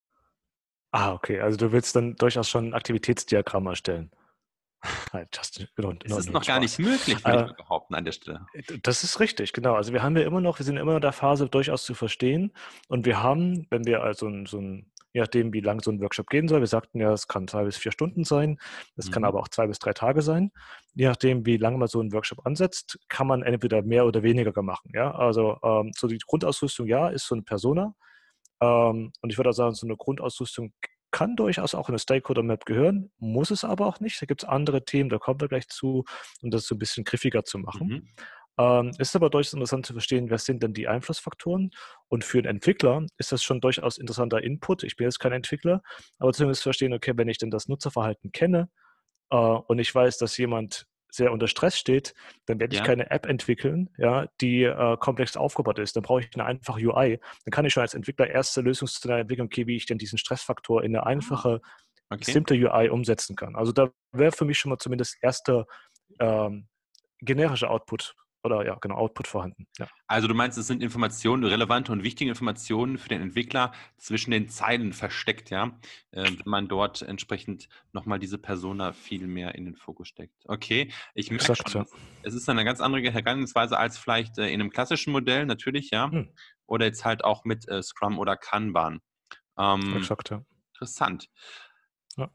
Ah, okay. Also du willst dann durchaus schon ein Aktivitätsdiagramm erstellen. Halt, just, genau, Es nur, ist nur noch gar Spaß. nicht möglich, würde ich Äh, mal behaupten an der Stelle. Das ist richtig, genau. Also wir haben ja immer noch, wir sind immer in der Phase, durchaus zu verstehen. Und wir haben, wenn wir also ein- so ein, je nachdem, wie lang so ein Workshop gehen soll, wir sagten ja, es kann zwei bis vier Stunden sein, es kann Mhm. aber auch zwei bis drei Tage sein. Je nachdem, wie lange man so einen Workshop ansetzt, kann man entweder mehr oder weniger machen. Ja, also ähm, so die Grundausrüstung, ja, ist so eine Persona. Ähm, und ich würde auch sagen, so eine Grundausrüstung kann durchaus auch in eine Stakeholder-Map gehören, muss es aber auch nicht. Da gibt es andere Themen, da kommen wir gleich zu, um das so ein bisschen griffiger zu machen. Mhm. Ähm, ist aber durchaus interessant zu verstehen, was sind denn die Einflussfaktoren? Und für einen Entwickler ist das schon durchaus interessanter Input. Ich bin jetzt kein Entwickler, aber zumindest verstehen, okay, wenn ich denn das Nutzerverhalten kenne, äh, und ich weiß, dass jemand sehr unter Stress steht, dann werde ich Ja. keine App entwickeln, ja, die äh, komplex aufgebaut ist. Dann brauche ich eine einfache U I. Dann kann ich schon als Entwickler erste Lösungsszenarien entwickeln, okay, wie ich denn diesen Stressfaktor in eine Ah, einfache, okay. simple U I umsetzen kann. Also da wäre für mich schon mal zumindest erster ähm, generischer Output oder ja, genau, Output vorhanden. Ja. Also du meinst, es sind Informationen, relevante und wichtige Informationen für den Entwickler zwischen den Zeilen versteckt, ja, äh, wenn man dort entsprechend nochmal diese Persona viel mehr in den Fokus steckt. Okay, ich merke Exakt, schon, ja. es, es ist eine ganz andere Herangehensweise als vielleicht äh, in einem klassischen Modell, natürlich, ja, Hm, oder jetzt halt auch mit äh, Scrum oder Kanban. Ähm, exakt, ja. interessant. Ja.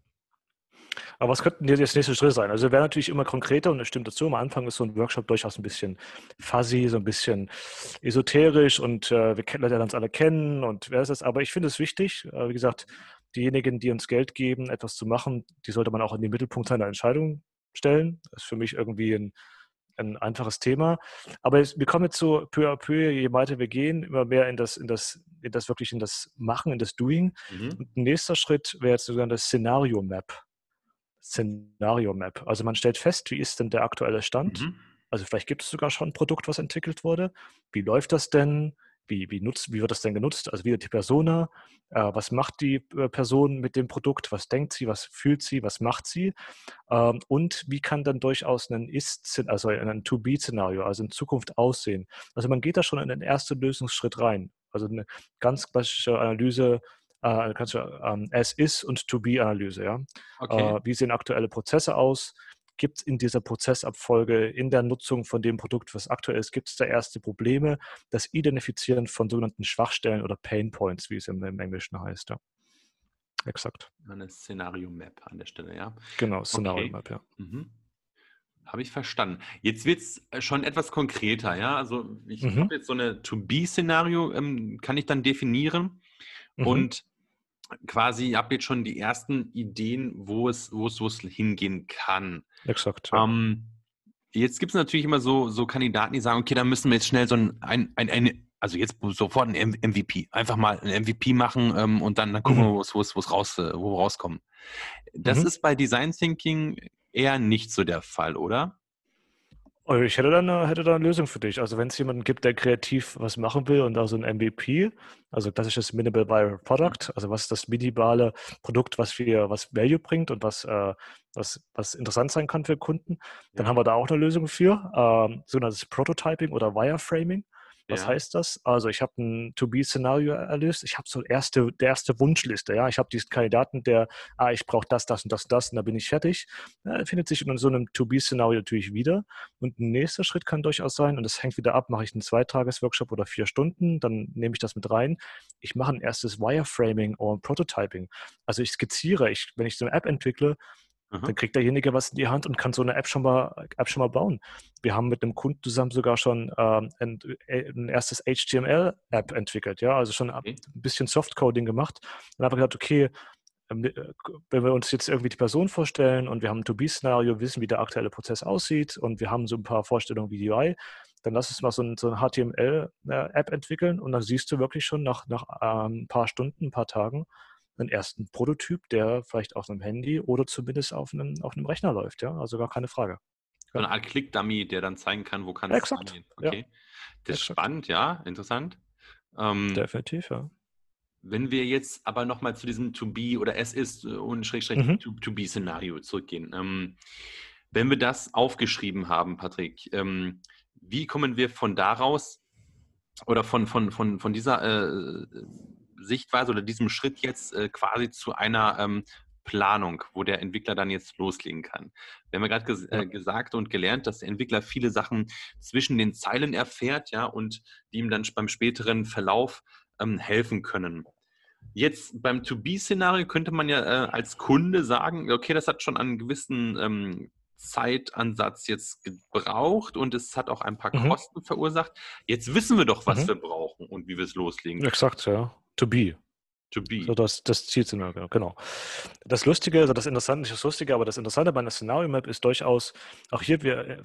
Aber was könnten jetzt nächste Schritte sein? Also wäre natürlich immer konkreter und es stimmt dazu. Am Anfang ist so ein Workshop durchaus ein bisschen fuzzy, so ein bisschen esoterisch und äh, wir kennen- lernen uns alle kennen und wer ist das? Aber ich finde es wichtig, äh, wie gesagt, diejenigen, die uns Geld geben, etwas zu machen, die sollte man auch in den Mittelpunkt seiner Entscheidung stellen. Das ist für mich irgendwie ein ein einfaches Thema. Aber es, wir kommen jetzt so peu à peu, je weiter wir gehen, immer mehr in das, in das, in das wirklich in das Machen, in das Doing. Mhm. Und ein nächster Schritt wäre jetzt sogar das Szenario Map. Szenario Map. Also man stellt fest, wie ist denn der aktuelle Stand? Mhm. Also vielleicht gibt es sogar schon ein Produkt, was entwickelt wurde. Wie läuft das denn? Wie, wie, nutzt, wie wird das denn genutzt? Also wie wird die Persona? Äh, was macht die äh, Person mit dem Produkt? Was denkt sie? Was fühlt sie? Was macht sie? Ähm, und wie kann dann durchaus ein Ist, also ein To-Be-Szenario, also in Zukunft aussehen? Also man geht da schon in den ersten Lösungsschritt rein. Also eine ganz klassische Analyse, äh, eine klassische ähm, As-Is- und To-Be-Analyse. Ja? Okay. Äh, wie sehen aktuelle Prozesse aus? Gibt es in dieser Prozessabfolge, in der Nutzung von dem Produkt, was aktuell ist, gibt es da erste Probleme? Das Identifizieren von sogenannten Schwachstellen oder Pain Points, wie es im, im Englischen heißt. Ja. Exakt. Eine Szenario-Map an der Stelle, ja. Genau, Scenario Okay. Map, ja. Mhm. Habe ich verstanden. Jetzt wird es schon etwas konkreter, ja. Also ich Mhm. habe jetzt so eine To-Be-Szenario, ähm, kann ich dann definieren Mhm. und quasi habe jetzt schon die ersten Ideen, wo es, wo es, wo es hingehen kann. Exakt, ja. Ähm, jetzt gibt es natürlich immer so, so Kandidaten, die sagen, okay, da müssen wir jetzt schnell so ein, ein, ein, ein also jetzt sofort ein M V P, einfach mal ein M V P machen ähm, und dann, dann gucken Mhm. wir, wo es, wo es, wo es raus, äh, wo wir rauskommen. Das Mhm. ist bei Design Thinking eher nicht so der Fall, oder? Oh, ich hätte da eine, hätte da eine Lösung für dich. Also wenn es jemanden gibt, der kreativ was machen will und da so ein M V P, also klassisches Minimal Viable Product, also was ist das minimale Produkt, was wir, was Value bringt und was, äh, was, was interessant sein kann für Kunden, dann Ja, haben wir da auch eine Lösung für, ähm, sogenanntes Prototyping oder Wireframing. Was ja, heißt das? Also ich habe ein To-Be-Szenario erlöst. Ich habe so erste, der erste Wunschliste. Ja, ich habe diesen Kandidaten, der, ah, ich brauche das, das und das und das und da bin ich fertig. Ja, findet sich in so einem To-Be-Szenario natürlich wieder. Und ein nächster Schritt kann durchaus sein, und das hängt wieder ab, mache ich einen Zweitages-Workshop oder vier Stunden, dann nehme ich das mit rein. Ich mache ein erstes Wireframing oder ein Prototyping. Also ich skizziere, ich, wenn ich so eine App entwickle, aha, dann kriegt derjenige was in die Hand und kann so eine App schon mal, App schon mal bauen. Wir haben mit einem Kunden zusammen sogar schon ähm, ein, ein erstes H T M L-App entwickelt, ja, also schon ein okay. bisschen Softcoding gemacht. Und habe gesagt, okay, ähm, äh, wenn wir uns jetzt irgendwie die Person vorstellen und wir haben ein To-Be-Szenario, wissen, wie der aktuelle Prozess aussieht und wir haben so ein paar Vorstellungen wie die U I, dann lass uns mal so ein, so ein H T M L-App entwickeln und dann siehst du wirklich schon nach, nach ähm, ein paar Stunden, ein paar Tagen einen ersten Prototyp, der vielleicht auf einem Handy oder zumindest auf einem, auf einem Rechner läuft. Ja, also gar keine Frage. So Ja, eine Art Click-Dummy, der dann zeigen kann, wo kann ja, es exakt. hingehen. Ja, Okay. Das ist exakt. spannend, ja, interessant. Ähm, Definitiv, ja. wenn wir jetzt aber nochmal zu diesem To-Be oder Es ist äh, und Schrägstrich Mhm. To-Be-Szenario zurückgehen. Ähm, wenn wir das aufgeschrieben haben, Patrick, ähm, wie kommen wir von daraus oder von, von, von, von dieser äh, Sichtweise oder diesem Schritt jetzt äh, quasi zu einer ähm, Planung, wo der Entwickler dann jetzt loslegen kann? Wir haben ja gerade ges Ja. äh, gesagt und gelernt, dass der Entwickler viele Sachen zwischen den Zeilen erfährt, ja, und die ihm dann beim späteren Verlauf ähm, helfen können. Jetzt beim To-Be-Szenario könnte man ja äh, als Kunde sagen, okay, das hat schon einen gewissen ähm, Zeitansatz jetzt gebraucht und es hat auch ein paar Mhm. Kosten verursacht. Jetzt wissen wir doch, was Mhm. wir brauchen und wie wir es loslegen können. Exakt, ja. To be. To So be. das, das Zielszenario, genau. Das Lustige, also das Interessante, nicht das Lustige, aber das Interessante bei einer Szenario-Map ist durchaus, auch hier wir äh,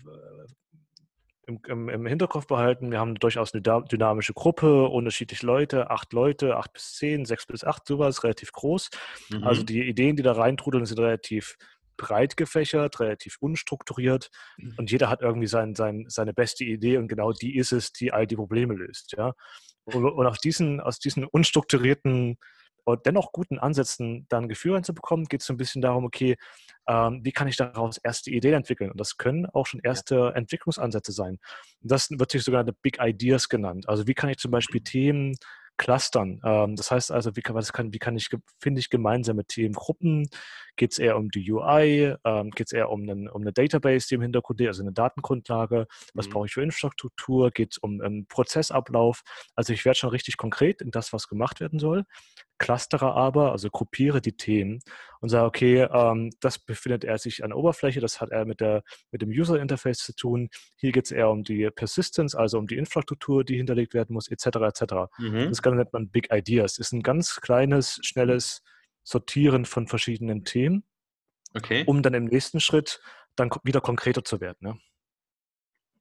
im, im, im Hinterkopf behalten, wir haben durchaus eine da- dynamische Gruppe, unterschiedliche Leute, acht Leute, acht bis zehn, sechs bis acht, sowas, relativ groß. Also Mhm. die Ideen, die da reintrudeln, sind relativ breit gefächert, relativ unstrukturiert und jeder hat irgendwie sein, sein, seine beste Idee und genau die ist es, die all die Probleme löst. Ja? Und, und aus, diesen, aus diesen unstrukturierten und dennoch guten Ansätzen dann ein Gefühl reinzubekommen, geht es so ein bisschen darum, okay, ähm, wie kann ich daraus erste Ideen entwickeln? Und das können auch schon Ja. erste Entwicklungsansätze sein. Und das wird sich sogar Big Ideas genannt. Also wie kann ich zum Beispiel Themen clustern? Ähm, das heißt also, wie kann, was kann, wie kann ich, finde ich gemeinsame Themengruppen? Geht es eher um die U I? Ähm, Geht es eher um, einen, um eine Database, die im Hintergrund ist, also eine Datengrundlage? Was Mhm. brauche ich für Infrastruktur? Geht es um einen Prozessablauf? Also ich werde schon richtig konkret in das, was gemacht werden soll, clustere aber, also gruppiere die Themen und sage, okay, ähm, das befindet er sich an der Oberfläche, das hat er mit, der, mit dem User Interface zu tun. Hier geht es eher um die Persistence, also um die Infrastruktur, die hinterlegt werden muss, et cetera et cetera. Das Mhm. Ganze nennt man Big Ideas. Ist ein ganz kleines, schnelles Sortieren von verschiedenen Themen, Okay. um dann im nächsten Schritt dann ko- wieder konkreter zu werden. Ne?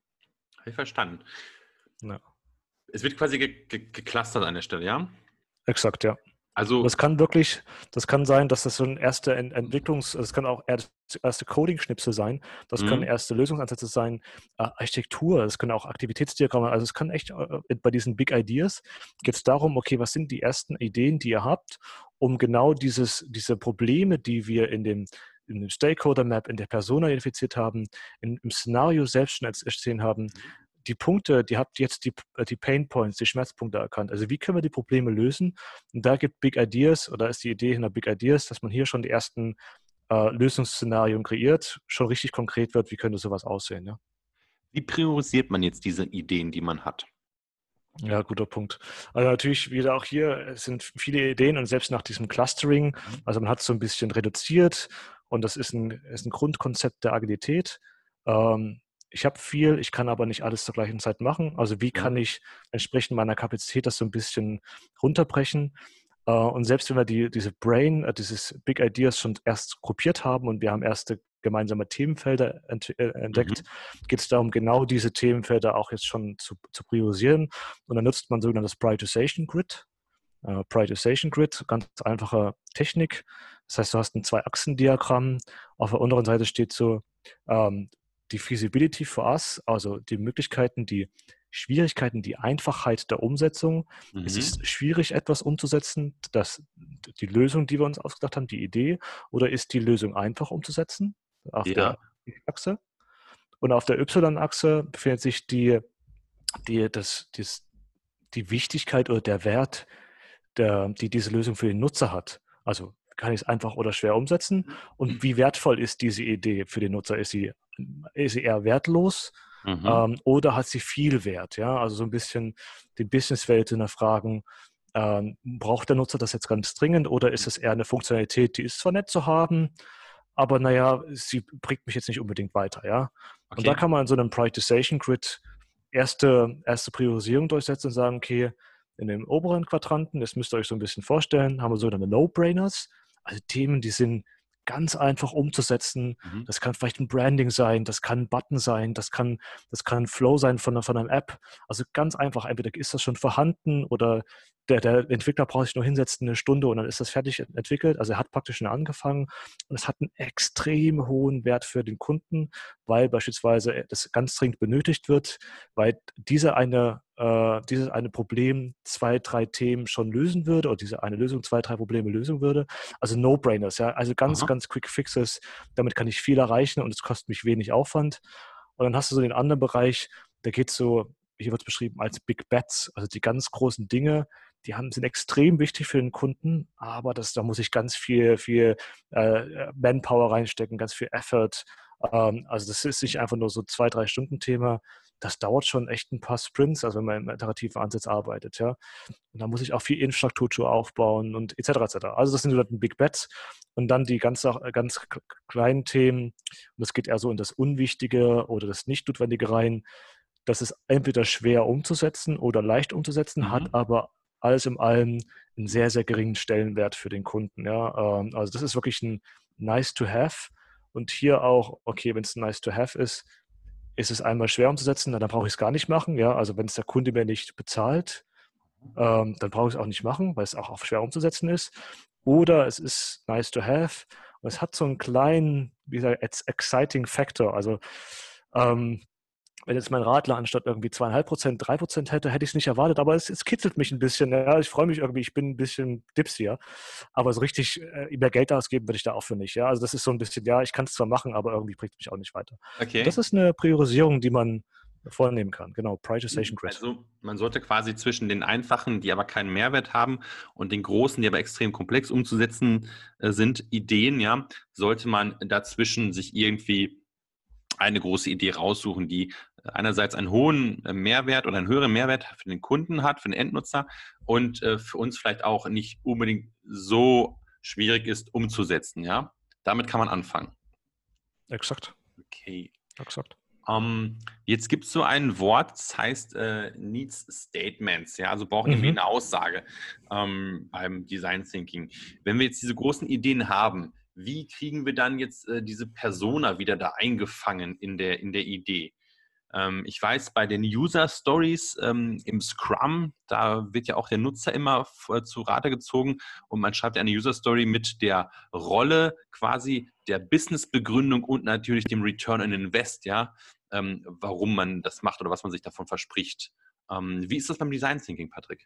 Habe ich verstanden. Ja. Es wird quasi ge ge geclustert an der Stelle, ja? Exakt, ja. Und Also, das kann wirklich, das kann sein, dass das so ein erster Ent Entwicklungs, das kann auch erste Coding-Schnipsel sein, das können mhm, erste Lösungsansätze sein, äh, Architektur, das können auch Aktivitätsdiagramme, also es kann echt, äh, bei diesen Big Ideas geht es darum, okay, was sind die ersten Ideen, die ihr habt, um genau dieses, diese Probleme, die wir in dem, in dem Stakeholder-Map, in der Persona identifiziert haben, in, im Szenario selbst schon erzählt haben, die Punkte, die habt jetzt die, die Pain Points, die Schmerzpunkte erkannt. Also wie können wir die Probleme lösen? Und da gibt Big Ideas, oder ist die Idee hinter Big Ideas, dass man hier schon die ersten äh, Lösungsszenarien kreiert, schon richtig konkret wird, wie könnte sowas aussehen. Ja? wie priorisiert man jetzt diese Ideen, die man hat? Ja, guter Punkt. Also natürlich wieder auch hier, es sind viele Ideen und selbst nach diesem Clustering, also man hat es so ein bisschen reduziert und das ist ein, ist ein Grundkonzept der Agilität. Ähm, ich habe viel, ich kann aber nicht alles zur gleichen Zeit machen. Also wie Ja. kann ich entsprechend meiner Kapazität das so ein bisschen runterbrechen? Äh, und selbst wenn wir die, diese Brain, äh, dieses Big Ideas schon erst gruppiert haben und wir haben erste gemeinsame Themenfelder ent, äh, entdeckt, Mhm. geht es darum, genau diese Themenfelder auch jetzt schon zu, zu priorisieren. Und dann nutzt man sogenanntes Prioritization Grid. Äh, Prioritization Grid, ganz einfache Technik. Das heißt, du hast ein Zwei-Achsen-Diagramm. Auf der unteren Seite steht so ähm, die Feasibility for us, also die Möglichkeiten, die Schwierigkeiten, die Einfachheit der Umsetzung. Es Mhm. ist schwierig, etwas umzusetzen, das, die Lösung, die wir uns ausgedacht haben, die Idee, oder ist die Lösung einfach umzusetzen auf Ja. der X-Achse? Und auf der Y-Achse befindet sich die, die, das, das, die Wichtigkeit oder der Wert, der, die diese Lösung für den Nutzer hat. Also kann ich es einfach oder schwer umsetzen? Und wie wertvoll ist diese Idee für den Nutzer? Ist sie, ist sie eher wertlos Mhm. ähm, oder hat sie viel Wert? Ja? Also so ein bisschen die Businesswelt hinterfragen. Ähm, braucht der Nutzer das jetzt ganz dringend oder ist es eher eine Funktionalität, die ist zwar nett zu haben, aber naja, sie bringt mich jetzt nicht unbedingt weiter, ja. Und da Okay. kann man in so einem Prioritization Grid erste, erste Priorisierung durchsetzen und sagen, okay, in dem oberen Quadranten, das müsst ihr euch so ein bisschen vorstellen, haben wir sogenannte No-Brainers, also Themen, die sind ganz einfach umzusetzen. Mhm. Das kann vielleicht ein Branding sein, das kann ein Button sein, das kann, das kann ein Flow sein von, einer- von einer App. Also ganz einfach, entweder ist das schon vorhanden oder der, der Entwickler braucht sich nur hinsetzen, eine Stunde und dann ist das fertig entwickelt. Also er hat praktisch schon angefangen und es hat einen extrem hohen Wert für den Kunden, weil beispielsweise das ganz dringend benötigt wird, weil diese eine, äh, dieses eine Problem zwei, drei Themen schon lösen würde oder diese eine Lösung zwei, drei Probleme lösen würde. Also No-Brainers, ja, also ganz, Aha. ganz Quick Fixes. Damit kann ich viel erreichen und es kostet mich wenig Aufwand. Und dann hast du so den anderen Bereich, da geht es so, hier wird es beschrieben als Big Bets, also die ganz großen Dinge, die haben, sind extrem wichtig für den Kunden, aber das, da muss ich ganz viel, viel äh, Manpower reinstecken, ganz viel Effort. Ähm, also das ist nicht einfach nur so zwei, drei Stunden Thema. Das dauert schon echt ein paar Sprints, also wenn man im iterativen Ansatz arbeitet, ja. Und da muss ich auch viel Infrastruktur aufbauen und et cetera et cetera. Also das sind so die Big Bets. Und dann die ganz, ganz kleinen Themen, und das geht eher so in das Unwichtige oder das Nicht-Notwendige rein. Das ist entweder schwer umzusetzen oder leicht umzusetzen, hat Mhm. aber alles in allem einen sehr, sehr geringen Stellenwert für den Kunden. Ja? Ähm, Also das ist wirklich ein nice to have. Und hier auch, okay, wenn es nice to have ist, ist es einmal schwer umzusetzen, dann brauche ich es gar nicht machen. Ja? Also wenn es der Kunde mir nicht bezahlt, ähm, dann brauche ich es auch nicht machen, weil es auch, auch schwer umzusetzen ist. Oder es ist nice to have und es hat so einen kleinen, wie gesagt, exciting Factor. Also ähm, wenn jetzt mein Radler anstatt irgendwie zweieinhalb Prozent, drei Prozent hätte, hätte ich es nicht erwartet, aber es, es kitzelt mich ein bisschen. Ja, ich freue mich irgendwie, ich bin ein bisschen dipsier, aber so richtig äh, mehr Geld ausgeben würde ich da auch für nicht. Ja, also das ist so ein bisschen, ja, ich kann es zwar machen, aber irgendwie bringt es mich auch nicht weiter. Und das Okay. ist eine Priorisierung, die man vornehmen kann. Genau, Prioritization Grid. Also man sollte quasi zwischen den einfachen, die aber keinen Mehrwert haben, und den großen, die aber extrem komplex umzusetzen äh, sind, Ideen, ja, sollte man dazwischen sich irgendwie eine große Idee raussuchen, die einerseits einen hohen äh, Mehrwert oder einen höheren Mehrwert für den Kunden hat, für den Endnutzer und äh, für uns vielleicht auch nicht unbedingt so schwierig ist umzusetzen, ja. Damit kann man anfangen. Exakt, Okay. exakt. Ähm, jetzt gibt es so ein Wort, das heißt äh, Needs Statements, ja, also brauchen irgendwie Mhm. eine Aussage ähm, beim Design Thinking. Wenn wir jetzt diese großen Ideen haben, wie kriegen wir dann jetzt äh, diese Persona wieder da eingefangen in der, in der Idee? Ähm, ich weiß, bei den User Stories ähm, im Scrum, da wird ja auch der Nutzer immer f- zu Rate gezogen und man schreibt eine User Story mit der Rolle quasi der Businessbegründung und natürlich dem Return on Invest, ja, ähm, warum man das macht oder was man sich davon verspricht. Ähm, wie ist das beim Design Thinking, Patrick?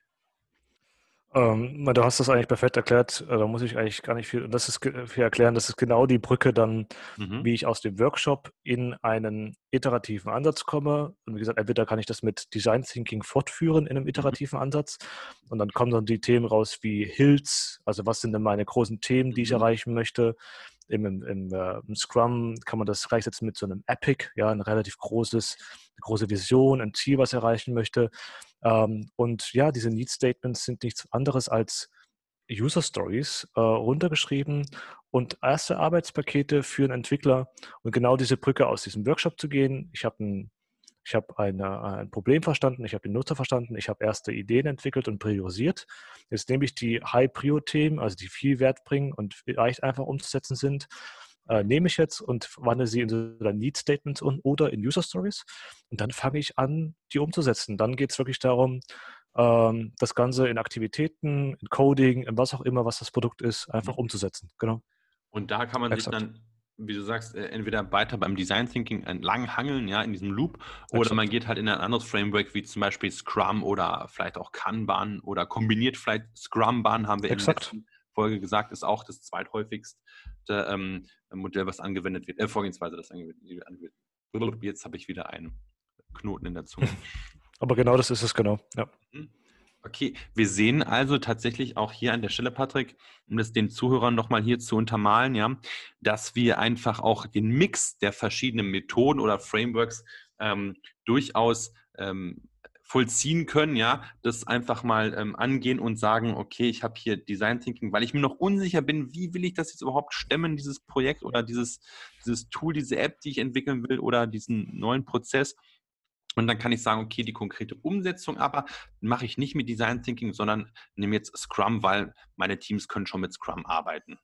Ähm, du hast das eigentlich perfekt erklärt. äh, Da muss ich eigentlich gar nicht viel, und das ist ge- viel erklären. Das ist genau die Brücke dann, Mhm. wie ich aus dem Workshop in einen iterativen Ansatz komme. Und wie gesagt, entweder kann ich das mit Design Thinking fortführen in einem Mhm. iterativen Ansatz. Und dann kommen dann die Themen raus wie Hills, also was sind denn meine großen Themen, die ich Mhm. erreichen möchte. Im, im, im, äh, im Scrum kann man das gleichsetzen mit so einem Epic, ja, ein relativ großes, eine große Vision, ein Ziel, was ich erreichen möchte. Ähm, und ja, diese Need Statements sind nichts anderes als User Stories äh, runtergeschrieben und erste Arbeitspakete für einen Entwickler und genau diese Brücke aus diesem Workshop zu gehen. Ich habe ein, ich hab eine, ein Problem verstanden, ich habe den Nutzer verstanden, ich habe erste Ideen entwickelt und priorisiert. Jetzt nehme ich die High-Prio-Themen, also die viel Wert bringen und vielleicht einfach umzusetzen sind, äh, nehme ich jetzt und wandle sie in so Need Statements um oder in User Stories und dann fange ich an, die umzusetzen. Dann geht es wirklich darum, ähm, das Ganze in Aktivitäten, in Coding, in was auch immer, was das Produkt ist, einfach Mhm. umzusetzen. Genau, Und da kann man sich exakt, dann, wie du sagst, äh, entweder weiter beim Design Thinking entlang hangeln, ja, in diesem Loop, oder man exakt. geht halt in ein anderes Framework, wie zum Beispiel Scrum oder vielleicht auch Kanban oder kombiniert vielleicht Scrumban, haben wir in der Exakt. letzten Folge gesagt, ist auch das zweithäufigste ähm, Modell, was angewendet wird, äh, Vorgehensweise, das angewendet wird. Jetzt habe ich wieder einen Knoten in der Zunge. Aber genau das ist es, genau. Ja, Mhm. Okay, wir sehen also tatsächlich auch hier an der Stelle, Patrick, um das den Zuhörern nochmal hier zu untermalen, ja, dass wir einfach auch den Mix der verschiedenen Methoden oder Frameworks ähm, durchaus ähm, vollziehen können, ja, das einfach mal ähm, angehen und sagen, okay, ich habe hier Design Thinking, weil ich mir noch unsicher bin, wie will ich das jetzt überhaupt stemmen, dieses Projekt oder dieses, dieses Tool, diese App, die ich entwickeln will oder diesen neuen Prozess. Und dann kann ich sagen, okay, die konkrete Umsetzung aber mache ich nicht mit Design Thinking, sondern nehme jetzt Scrum, weil meine Teams können schon mit Scrum arbeiten.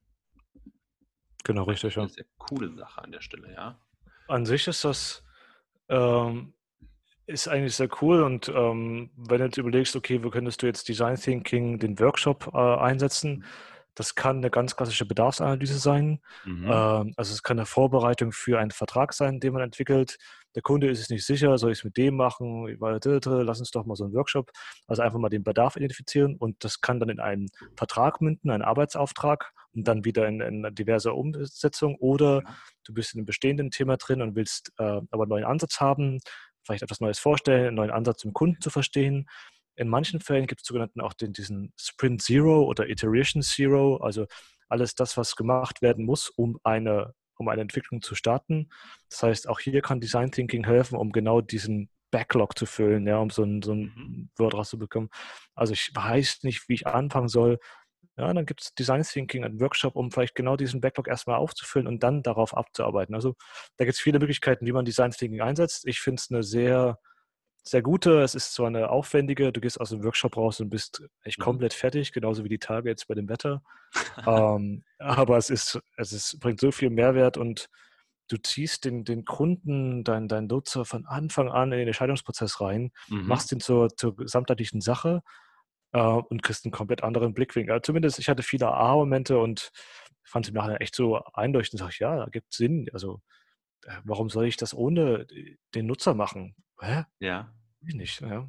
genau Das richtig, ist eine ja. sehr coole Sache an der Stelle, ja. An sich ist das ähm, ist eigentlich sehr cool und ähm, wenn du jetzt überlegst, okay, wo könntest du jetzt Design Thinking, den Workshop äh, einsetzen, das kann eine ganz klassische Bedarfsanalyse sein. Mhm. Ähm, also es kann eine Vorbereitung für einen Vertrag sein, den man entwickelt. Der Kunde ist sich nicht sicher, soll ich es mit dem machen? Lass uns doch mal so einen Workshop. Also einfach mal den Bedarf identifizieren und das kann dann in einen Vertrag münden, einen Arbeitsauftrag und dann wieder in, in diverse Umsetzung oder Ja. du bist in einem bestehenden Thema drin und willst äh, aber einen neuen Ansatz haben, vielleicht etwas Neues vorstellen, einen neuen Ansatz im Kunden zu verstehen. In manchen Fällen gibt es sogenannten auch den, diesen Sprint Zero oder Iteration Zero, also alles das, was gemacht werden muss, um eine, um eine Entwicklung zu starten. Das heißt, auch hier kann Design Thinking helfen, um genau diesen Backlog zu füllen, ja, um so ein, so Mhm. ein Wort rauszubekommen. Also ich weiß nicht, wie ich anfangen soll. Ja, dann gibt es Design Thinking, einen Workshop, um vielleicht genau diesen Backlog erstmal aufzufüllen und dann darauf abzuarbeiten. Also da gibt es viele Möglichkeiten, wie man Design Thinking einsetzt. Ich finde es eine sehr, sehr gute. Es ist zwar eine aufwendige, du gehst aus dem Workshop raus und bist echt Mhm. komplett fertig, genauso wie die Tage jetzt bei dem Wetter. Ähm, aber es ist, es ist, bringt so viel Mehrwert und du ziehst den, den Kunden, deinen dein Nutzer von Anfang an in den Entscheidungsprozess rein, Mhm. machst ihn zur, zur gesamtheitlichen Sache äh, und kriegst einen komplett anderen Blickwinkel. Also zumindest ich hatte viele Aha-Momente und fand es im Nachhinein echt so einleuchtend. Sag ich, ja, da gibt Sinn. Also äh, warum soll ich das ohne den Nutzer machen? Hä? Ja. Ich nicht. Ja.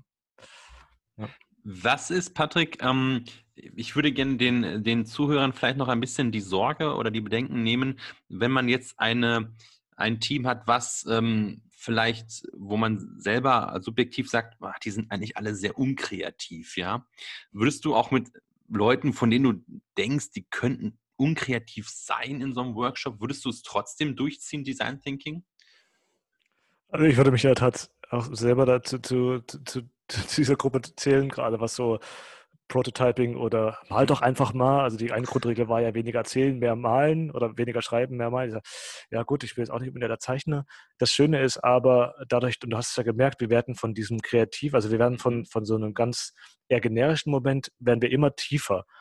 Ja. Was ist, Patrick, ähm, ich würde gerne den, den Zuhörern vielleicht noch ein bisschen die Sorge oder die Bedenken nehmen, wenn man jetzt eine, ein Team hat, was ähm, vielleicht, wo man selber subjektiv sagt, "Ah, die sind eigentlich alle sehr unkreativ, ja. Würdest du auch mit Leuten, von denen du denkst, die könnten unkreativ sein in so einem Workshop, würdest du es trotzdem durchziehen, Design Thinking? Also ich würde mich in der Tat auch selber dazu zu, zu, zu, zu dieser Gruppe zählen, gerade was so Prototyping oder mal doch einfach mal. Also die eine Grundregel war ja weniger erzählen, mehr malen oder weniger schreiben, mehr malen. Ich sag, ja gut, ich will jetzt auch nicht unbedingt der Zeichner. Das Schöne ist aber dadurch, und du hast es ja gemerkt, wir werden von diesem Kreativ, also wir werden Mhm. von, von so einem ganz eher generischen Moment, werden wir immer tiefer.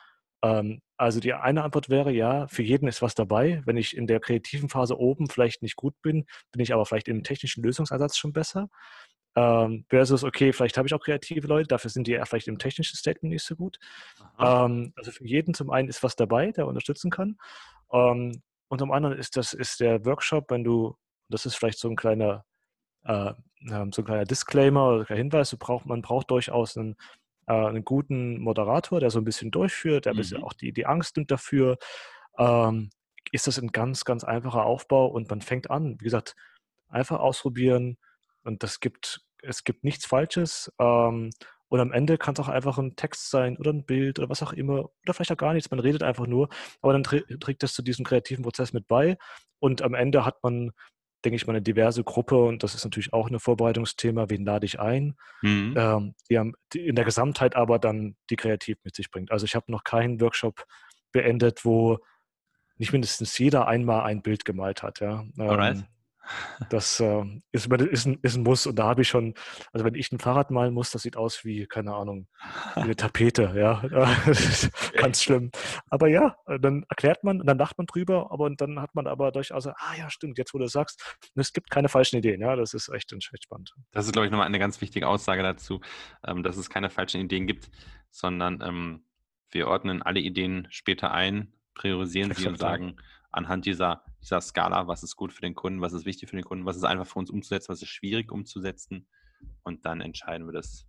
Ähm, also die eine Antwort wäre ja, für jeden ist was dabei. Wenn ich in der kreativen Phase oben vielleicht nicht gut bin, bin ich aber vielleicht im technischen Lösungsansatz schon besser. Ähm, versus, okay, vielleicht habe ich auch kreative Leute, dafür sind die ja vielleicht im technischen Statement nicht so gut. Aha. Ähm, also für jeden zum einen ist was dabei, der unterstützen kann. Ähm, und zum anderen ist das ist der Workshop, wenn du, das ist vielleicht so ein kleiner, äh, ähm, so ein kleiner Disclaimer oder ein Hinweis, du braucht, man braucht durchaus einen, äh, einen guten Moderator, der so ein bisschen durchführt, der ein bisschen Mhm. auch die, die Angst nimmt dafür. Ähm, ist das ein ganz, ganz einfacher Aufbau und man fängt an, wie gesagt, einfach ausprobieren und das gibt, es gibt nichts Falsches. Ähm, und am Ende kann es auch einfach ein Text sein oder ein Bild oder was auch immer oder vielleicht auch gar nichts. Man redet einfach nur, aber dann trä- trägt das zu diesem kreativen Prozess mit bei und am Ende hat man, denke ich mal, eine diverse Gruppe und das ist natürlich auch ein Vorbereitungsthema. Wen lade ich ein? Mhm. Ähm, die, haben, die in der Gesamtheit aber dann die kreativ mit sich bringt. Also ich habe noch keinen Workshop beendet, wo nicht mindestens jeder einmal ein Bild gemalt hat. Ja. Alright. Ähm, das äh, ist, ist, ein, ist ein Muss und da habe ich schon, also wenn ich ein Fahrrad malen muss, das sieht aus wie, keine Ahnung, wie eine Tapete, ja. Das ist Okay. ganz schlimm. Aber ja, dann erklärt man, dann lacht man drüber, aber und dann hat man aber durchaus, ah ja, stimmt, jetzt wo du es sagst, es gibt keine falschen Ideen, ja, das ist echt, echt spannend. Das ist, glaube ich, nochmal eine ganz wichtige Aussage dazu, ähm, dass es keine falschen Ideen gibt, sondern ähm, wir ordnen alle Ideen später ein, priorisieren sie und Exakt, ja. sagen anhand dieser, dieser Skala, was ist gut für den Kunden, was ist wichtig für den Kunden, was ist einfach für uns umzusetzen, was ist schwierig umzusetzen und dann entscheiden wir das.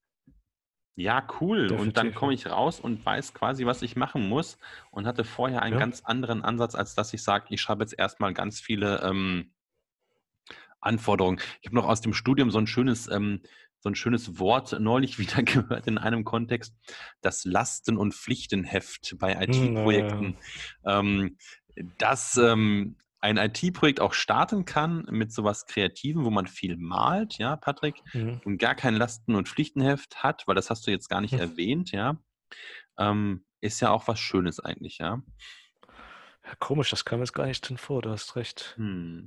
Ja, cool. Und dann Definitiv, komme ja. ich raus und weiß quasi, was ich machen muss und hatte vorher einen Ja. ganz anderen Ansatz, als dass ich sage, ich schreibe jetzt erstmal ganz viele ähm, Anforderungen. Ich habe noch aus dem Studium so ein schönes, ähm, so ein schönes Wort neulich wieder gehört in einem Kontext, das Lasten- und Pflichtenheft bei Hm, äh, I T-Projekten. Ähm, dass ähm, ein I T-Projekt auch starten kann mit sowas Kreativen, wo man viel malt, ja, Patrick, mhm. und gar kein Lasten- und Pflichtenheft hat, weil das hast du jetzt gar nicht Hm. erwähnt, ja, ähm, ist ja auch was Schönes eigentlich, ja. Ja, komisch, das kam jetzt gar nicht drin vor, du hast recht. Hm.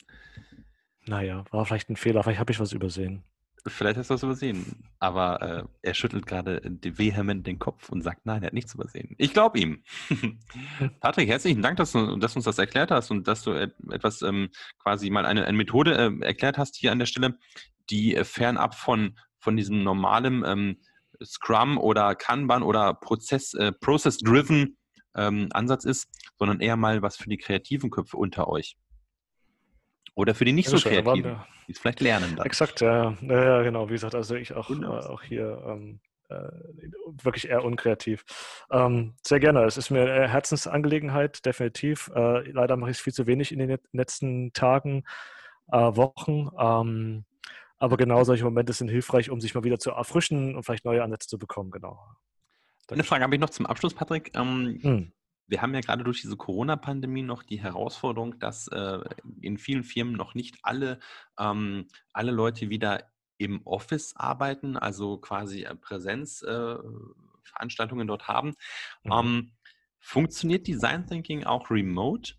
Naja, war vielleicht ein Fehler, vielleicht habe ich was übersehen. Vielleicht hast du das übersehen, aber äh, er schüttelt gerade vehement den Kopf und sagt, nein, er hat nichts übersehen. Ich glaube ihm. Hm. Patrick, herzlichen Dank, dass du, dass du uns das erklärt hast und dass du et- etwas ähm, quasi mal eine, eine Methode äh, erklärt hast hier an der Stelle, die äh, fernab von, von diesem normalen ähm, Scrum oder Kanban oder Prozess, äh, Process-driven ähm, Ansatz ist, sondern eher mal was für die kreativen Köpfe unter euch. Oder für die nicht so Dankeschön, da waren kreativen, wir. die es vielleicht lernen dann. Exakt, ja, ja, ja, genau. Wie gesagt, also ich Who auch, äh, knows? auch hier ähm, äh, wirklich eher unkreativ. Ähm, sehr gerne. Es ist mir eine Herzensangelegenheit, definitiv. Äh, leider mache ich es viel zu wenig in den let- letzten Tagen, äh, Wochen. Ähm, aber genau solche Momente sind hilfreich, um sich mal wieder zu erfrischen und vielleicht neue Ansätze zu bekommen. Genau. Eine Frage Dankeschön. habe ich noch zum Abschluss, Patrick. Ähm, Hm. wir haben ja gerade durch diese Corona-Pandemie noch die Herausforderung, dass äh, in vielen Firmen noch nicht alle, ähm, alle Leute wieder im Office arbeiten, also quasi äh, Präsenzveranstaltungen äh, Veranstaltungen dort haben. Mhm. Ähm, funktioniert Design Thinking auch remote?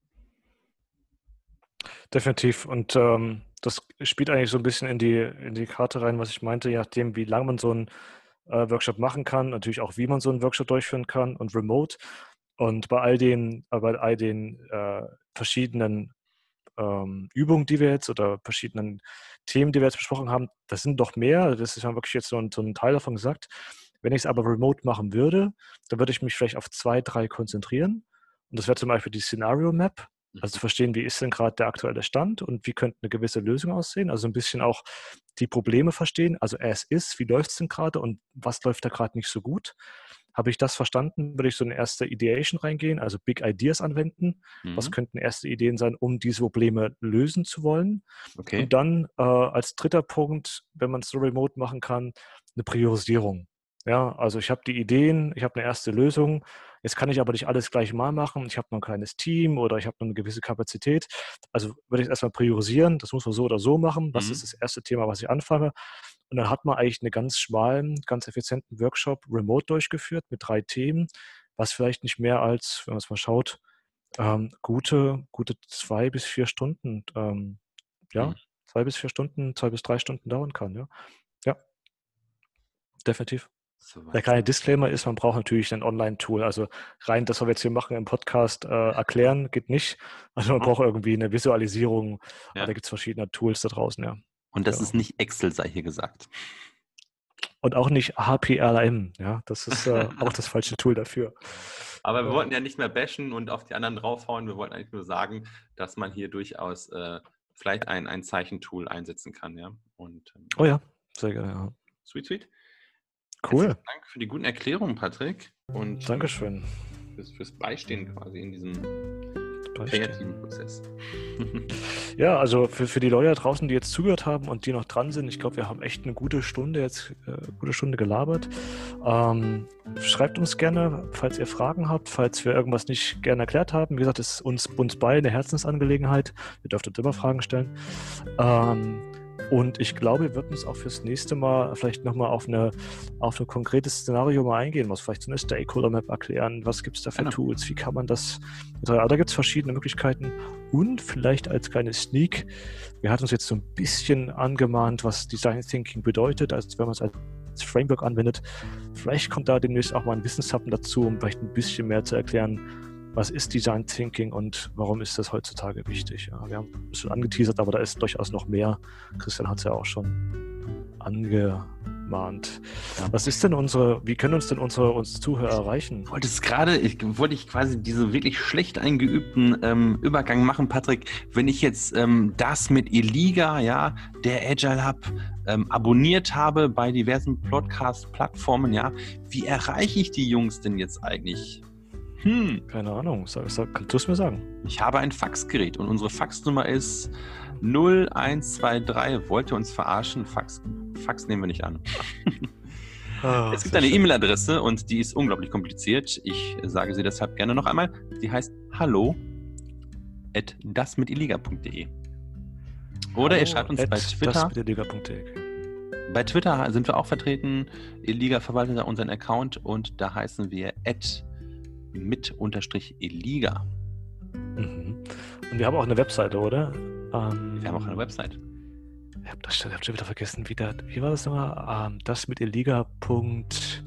Definitiv. Und ähm, das spielt eigentlich so ein bisschen in die, in die Karte rein, was ich meinte, je nachdem, wie lange man so einen äh, Workshop machen kann, natürlich auch, wie man so einen Workshop durchführen kann und remote. Und bei all den, äh, bei all den äh, verschiedenen ähm, Übungen, die wir jetzt oder verschiedenen Themen, die wir jetzt besprochen haben, das sind doch mehr. Das ist ja wirklich jetzt so ein, so ein Teil davon gesagt. Wenn ich es aber remote machen würde, dann würde ich mich vielleicht auf zwei, drei konzentrieren. Und das wäre zum Beispiel die Scenario Map. Also zu Mhm. verstehen, wie ist denn gerade der aktuelle Stand und wie könnte eine gewisse Lösung aussehen. Also ein bisschen auch die Probleme verstehen. Also as ist, wie läuft es denn gerade und was läuft da gerade nicht so gut. Habe ich das verstanden, würde ich so eine erste Ideation reingehen, also Big Ideas anwenden. Was Mhm. könnten erste Ideen sein, um diese Probleme lösen zu wollen? Okay. Und dann äh, als dritter Punkt, wenn man es so remote machen kann, eine Priorisierung. Ja, also ich habe die Ideen, ich habe eine erste Lösung. Jetzt kann ich aber nicht alles gleich mal machen. Ich habe noch ein kleines Team oder ich habe noch eine gewisse Kapazität. Also würde ich erstmal priorisieren. Das muss man so oder so machen. Was ist Mhm. das erste Thema, was ich anfange? Und dann hat man eigentlich einen ganz schmalen, ganz effizienten Workshop remote durchgeführt mit drei Themen, was vielleicht nicht mehr als, wenn man es mal schaut, ähm, gute, gute zwei bis vier Stunden, ähm, Mhm. ja, zwei bis vier Stunden, zwei bis drei Stunden dauern kann. Ja, ja, definitiv. So Der kleine Disclaimer ist, man braucht natürlich ein Online-Tool. Also rein das, was wir jetzt hier machen im Podcast, äh, erklären geht nicht. Also man Mhm. braucht irgendwie eine Visualisierung. Ja. Aber da gibt es verschiedene Tools da draußen, ja. Und das Genau. ist nicht Excel, sei hier gesagt. Und auch nicht H P R M, ja. Das ist äh, auch das falsche Tool dafür. Aber wir Ja. wollten ja nicht mehr bashen und auf die anderen draufhauen. Wir wollten eigentlich nur sagen, dass man hier durchaus äh, vielleicht ein, ein Zeichentool einsetzen kann, ja. Und, ähm, Oh ja, sehr gerne, ja. Sweet, sweet. Cool. Herzlichen Dank für die guten Erklärungen, Patrick. Und Dankeschön. Fürs, fürs Beistehen quasi in diesem Beistehen. kreativen Prozess. Ja, also für, für die Leute da draußen, die jetzt zugehört haben und die noch dran sind, ich glaube, wir haben echt eine gute Stunde jetzt, äh, gute Stunde gelabert. Ähm, schreibt uns gerne, falls ihr Fragen habt, falls wir irgendwas nicht gerne erklärt haben. Wie gesagt, es ist uns, uns beide eine Herzensangelegenheit. Ihr dürft uns immer Fragen stellen. Ähm, und ich glaube, wir würden uns auch fürs nächste Mal vielleicht nochmal auf eine auf ein konkretes Szenario mal eingehen, was vielleicht so eine Stakeholder-Map erklären, was gibt es da für Genau. Tools, wie kann man das, da gibt es verschiedene Möglichkeiten und vielleicht als kleine Sneak, wir hatten uns jetzt so ein bisschen angemahnt, was Design Thinking bedeutet, also wenn man es als Framework anwendet, vielleicht kommt da demnächst auch mal ein Wissenshappen dazu, um vielleicht ein bisschen mehr zu erklären, was ist Design Thinking und warum ist das heutzutage wichtig. Ja, wir haben ein bisschen angeteasert, aber da ist durchaus noch mehr. Christian hat es ja auch schon angemahnt. Was ist denn unsere, wie können uns denn unsere uns Zuhörer erreichen? Ich wollte es gerade, ich wollte ich quasi diese wirklich schlecht eingeübten ähm, Übergang machen, Patrick. Wenn ich jetzt ähm, das mit Eliga, ja, der Agile Hub, ähm, abonniert habe bei diversen Podcast-Plattformen, ja, wie erreiche ich die Jungs denn jetzt eigentlich? Hm. Keine Ahnung, sag, sag, kannst du es mir sagen? Ich habe ein Faxgerät und unsere Faxnummer ist null eins zwei drei. Wollt ihr uns verarschen? Fax, Fax nehmen wir nicht an. Ah, es gibt eine E-Mail-Adresse und die ist unglaublich kompliziert. Ich sage sie deshalb gerne noch einmal. Die heißt hallo at dasmitiliga punkt de. Oder ihr schreibt uns bei Twitter. Bei Twitter sind wir auch vertreten. Eliga verwaltet da unseren Account und da heißen wir at mit unterstrich Eliga. Mhm. Und wir haben auch eine Webseite, oder? Ähm, wir haben auch eine Webseite. Ich habe das hab schon wieder vergessen, wie, das, wie war das nochmal? Ähm, das mit eliga punkt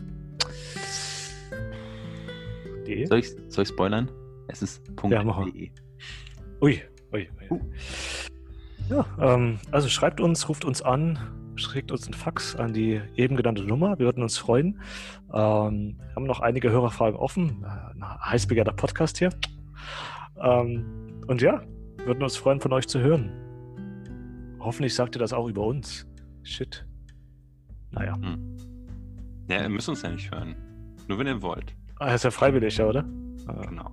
de. Soll ich, soll ich spoilern? Es ist Ja, .de. Ui, ui, ui. Uh. Ja, ähm, also schreibt uns, ruft uns an, schickt uns einen Fax an die eben genannte Nummer. Wir würden uns freuen. Ähm, wir haben noch einige Hörerfragen offen. Ein heiß begehrter Podcast hier. Ähm, und ja, wir würden uns freuen, von euch zu hören. Hoffentlich sagt ihr das auch über uns. Shit. Naja. Hm. Ja, ihr müsst uns ja nicht hören. Nur wenn ihr wollt. Ah, ist ja freiwillig, ja, oder? Genau.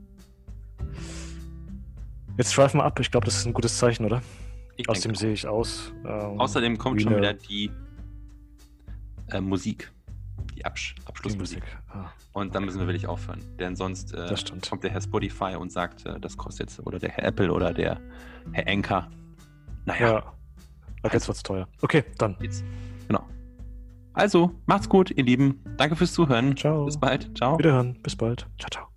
Jetzt schweifen wir ab. Ich glaube, das ist ein gutes Zeichen, oder? Ich Aus dem auch. sehe ich aus. Ähm, Außerdem kommt schon eine... wieder die äh, Musik. Die Absch Abschlussmusik. Die Musik. Ah. Und dann müssen wir wirklich aufhören. Denn sonst äh, kommt der Herr Spotify und sagt, äh, das kostet jetzt, oder der Herr Apple oder der Herr Anker. Naja. Ja. Ab jetzt wird's teuer. Okay, dann. Jetzt. Genau. Also, macht's gut, ihr Lieben. Danke fürs Zuhören. Ciao. Bis bald. Ciao. Wiederhören. Bis bald. Ciao, ciao.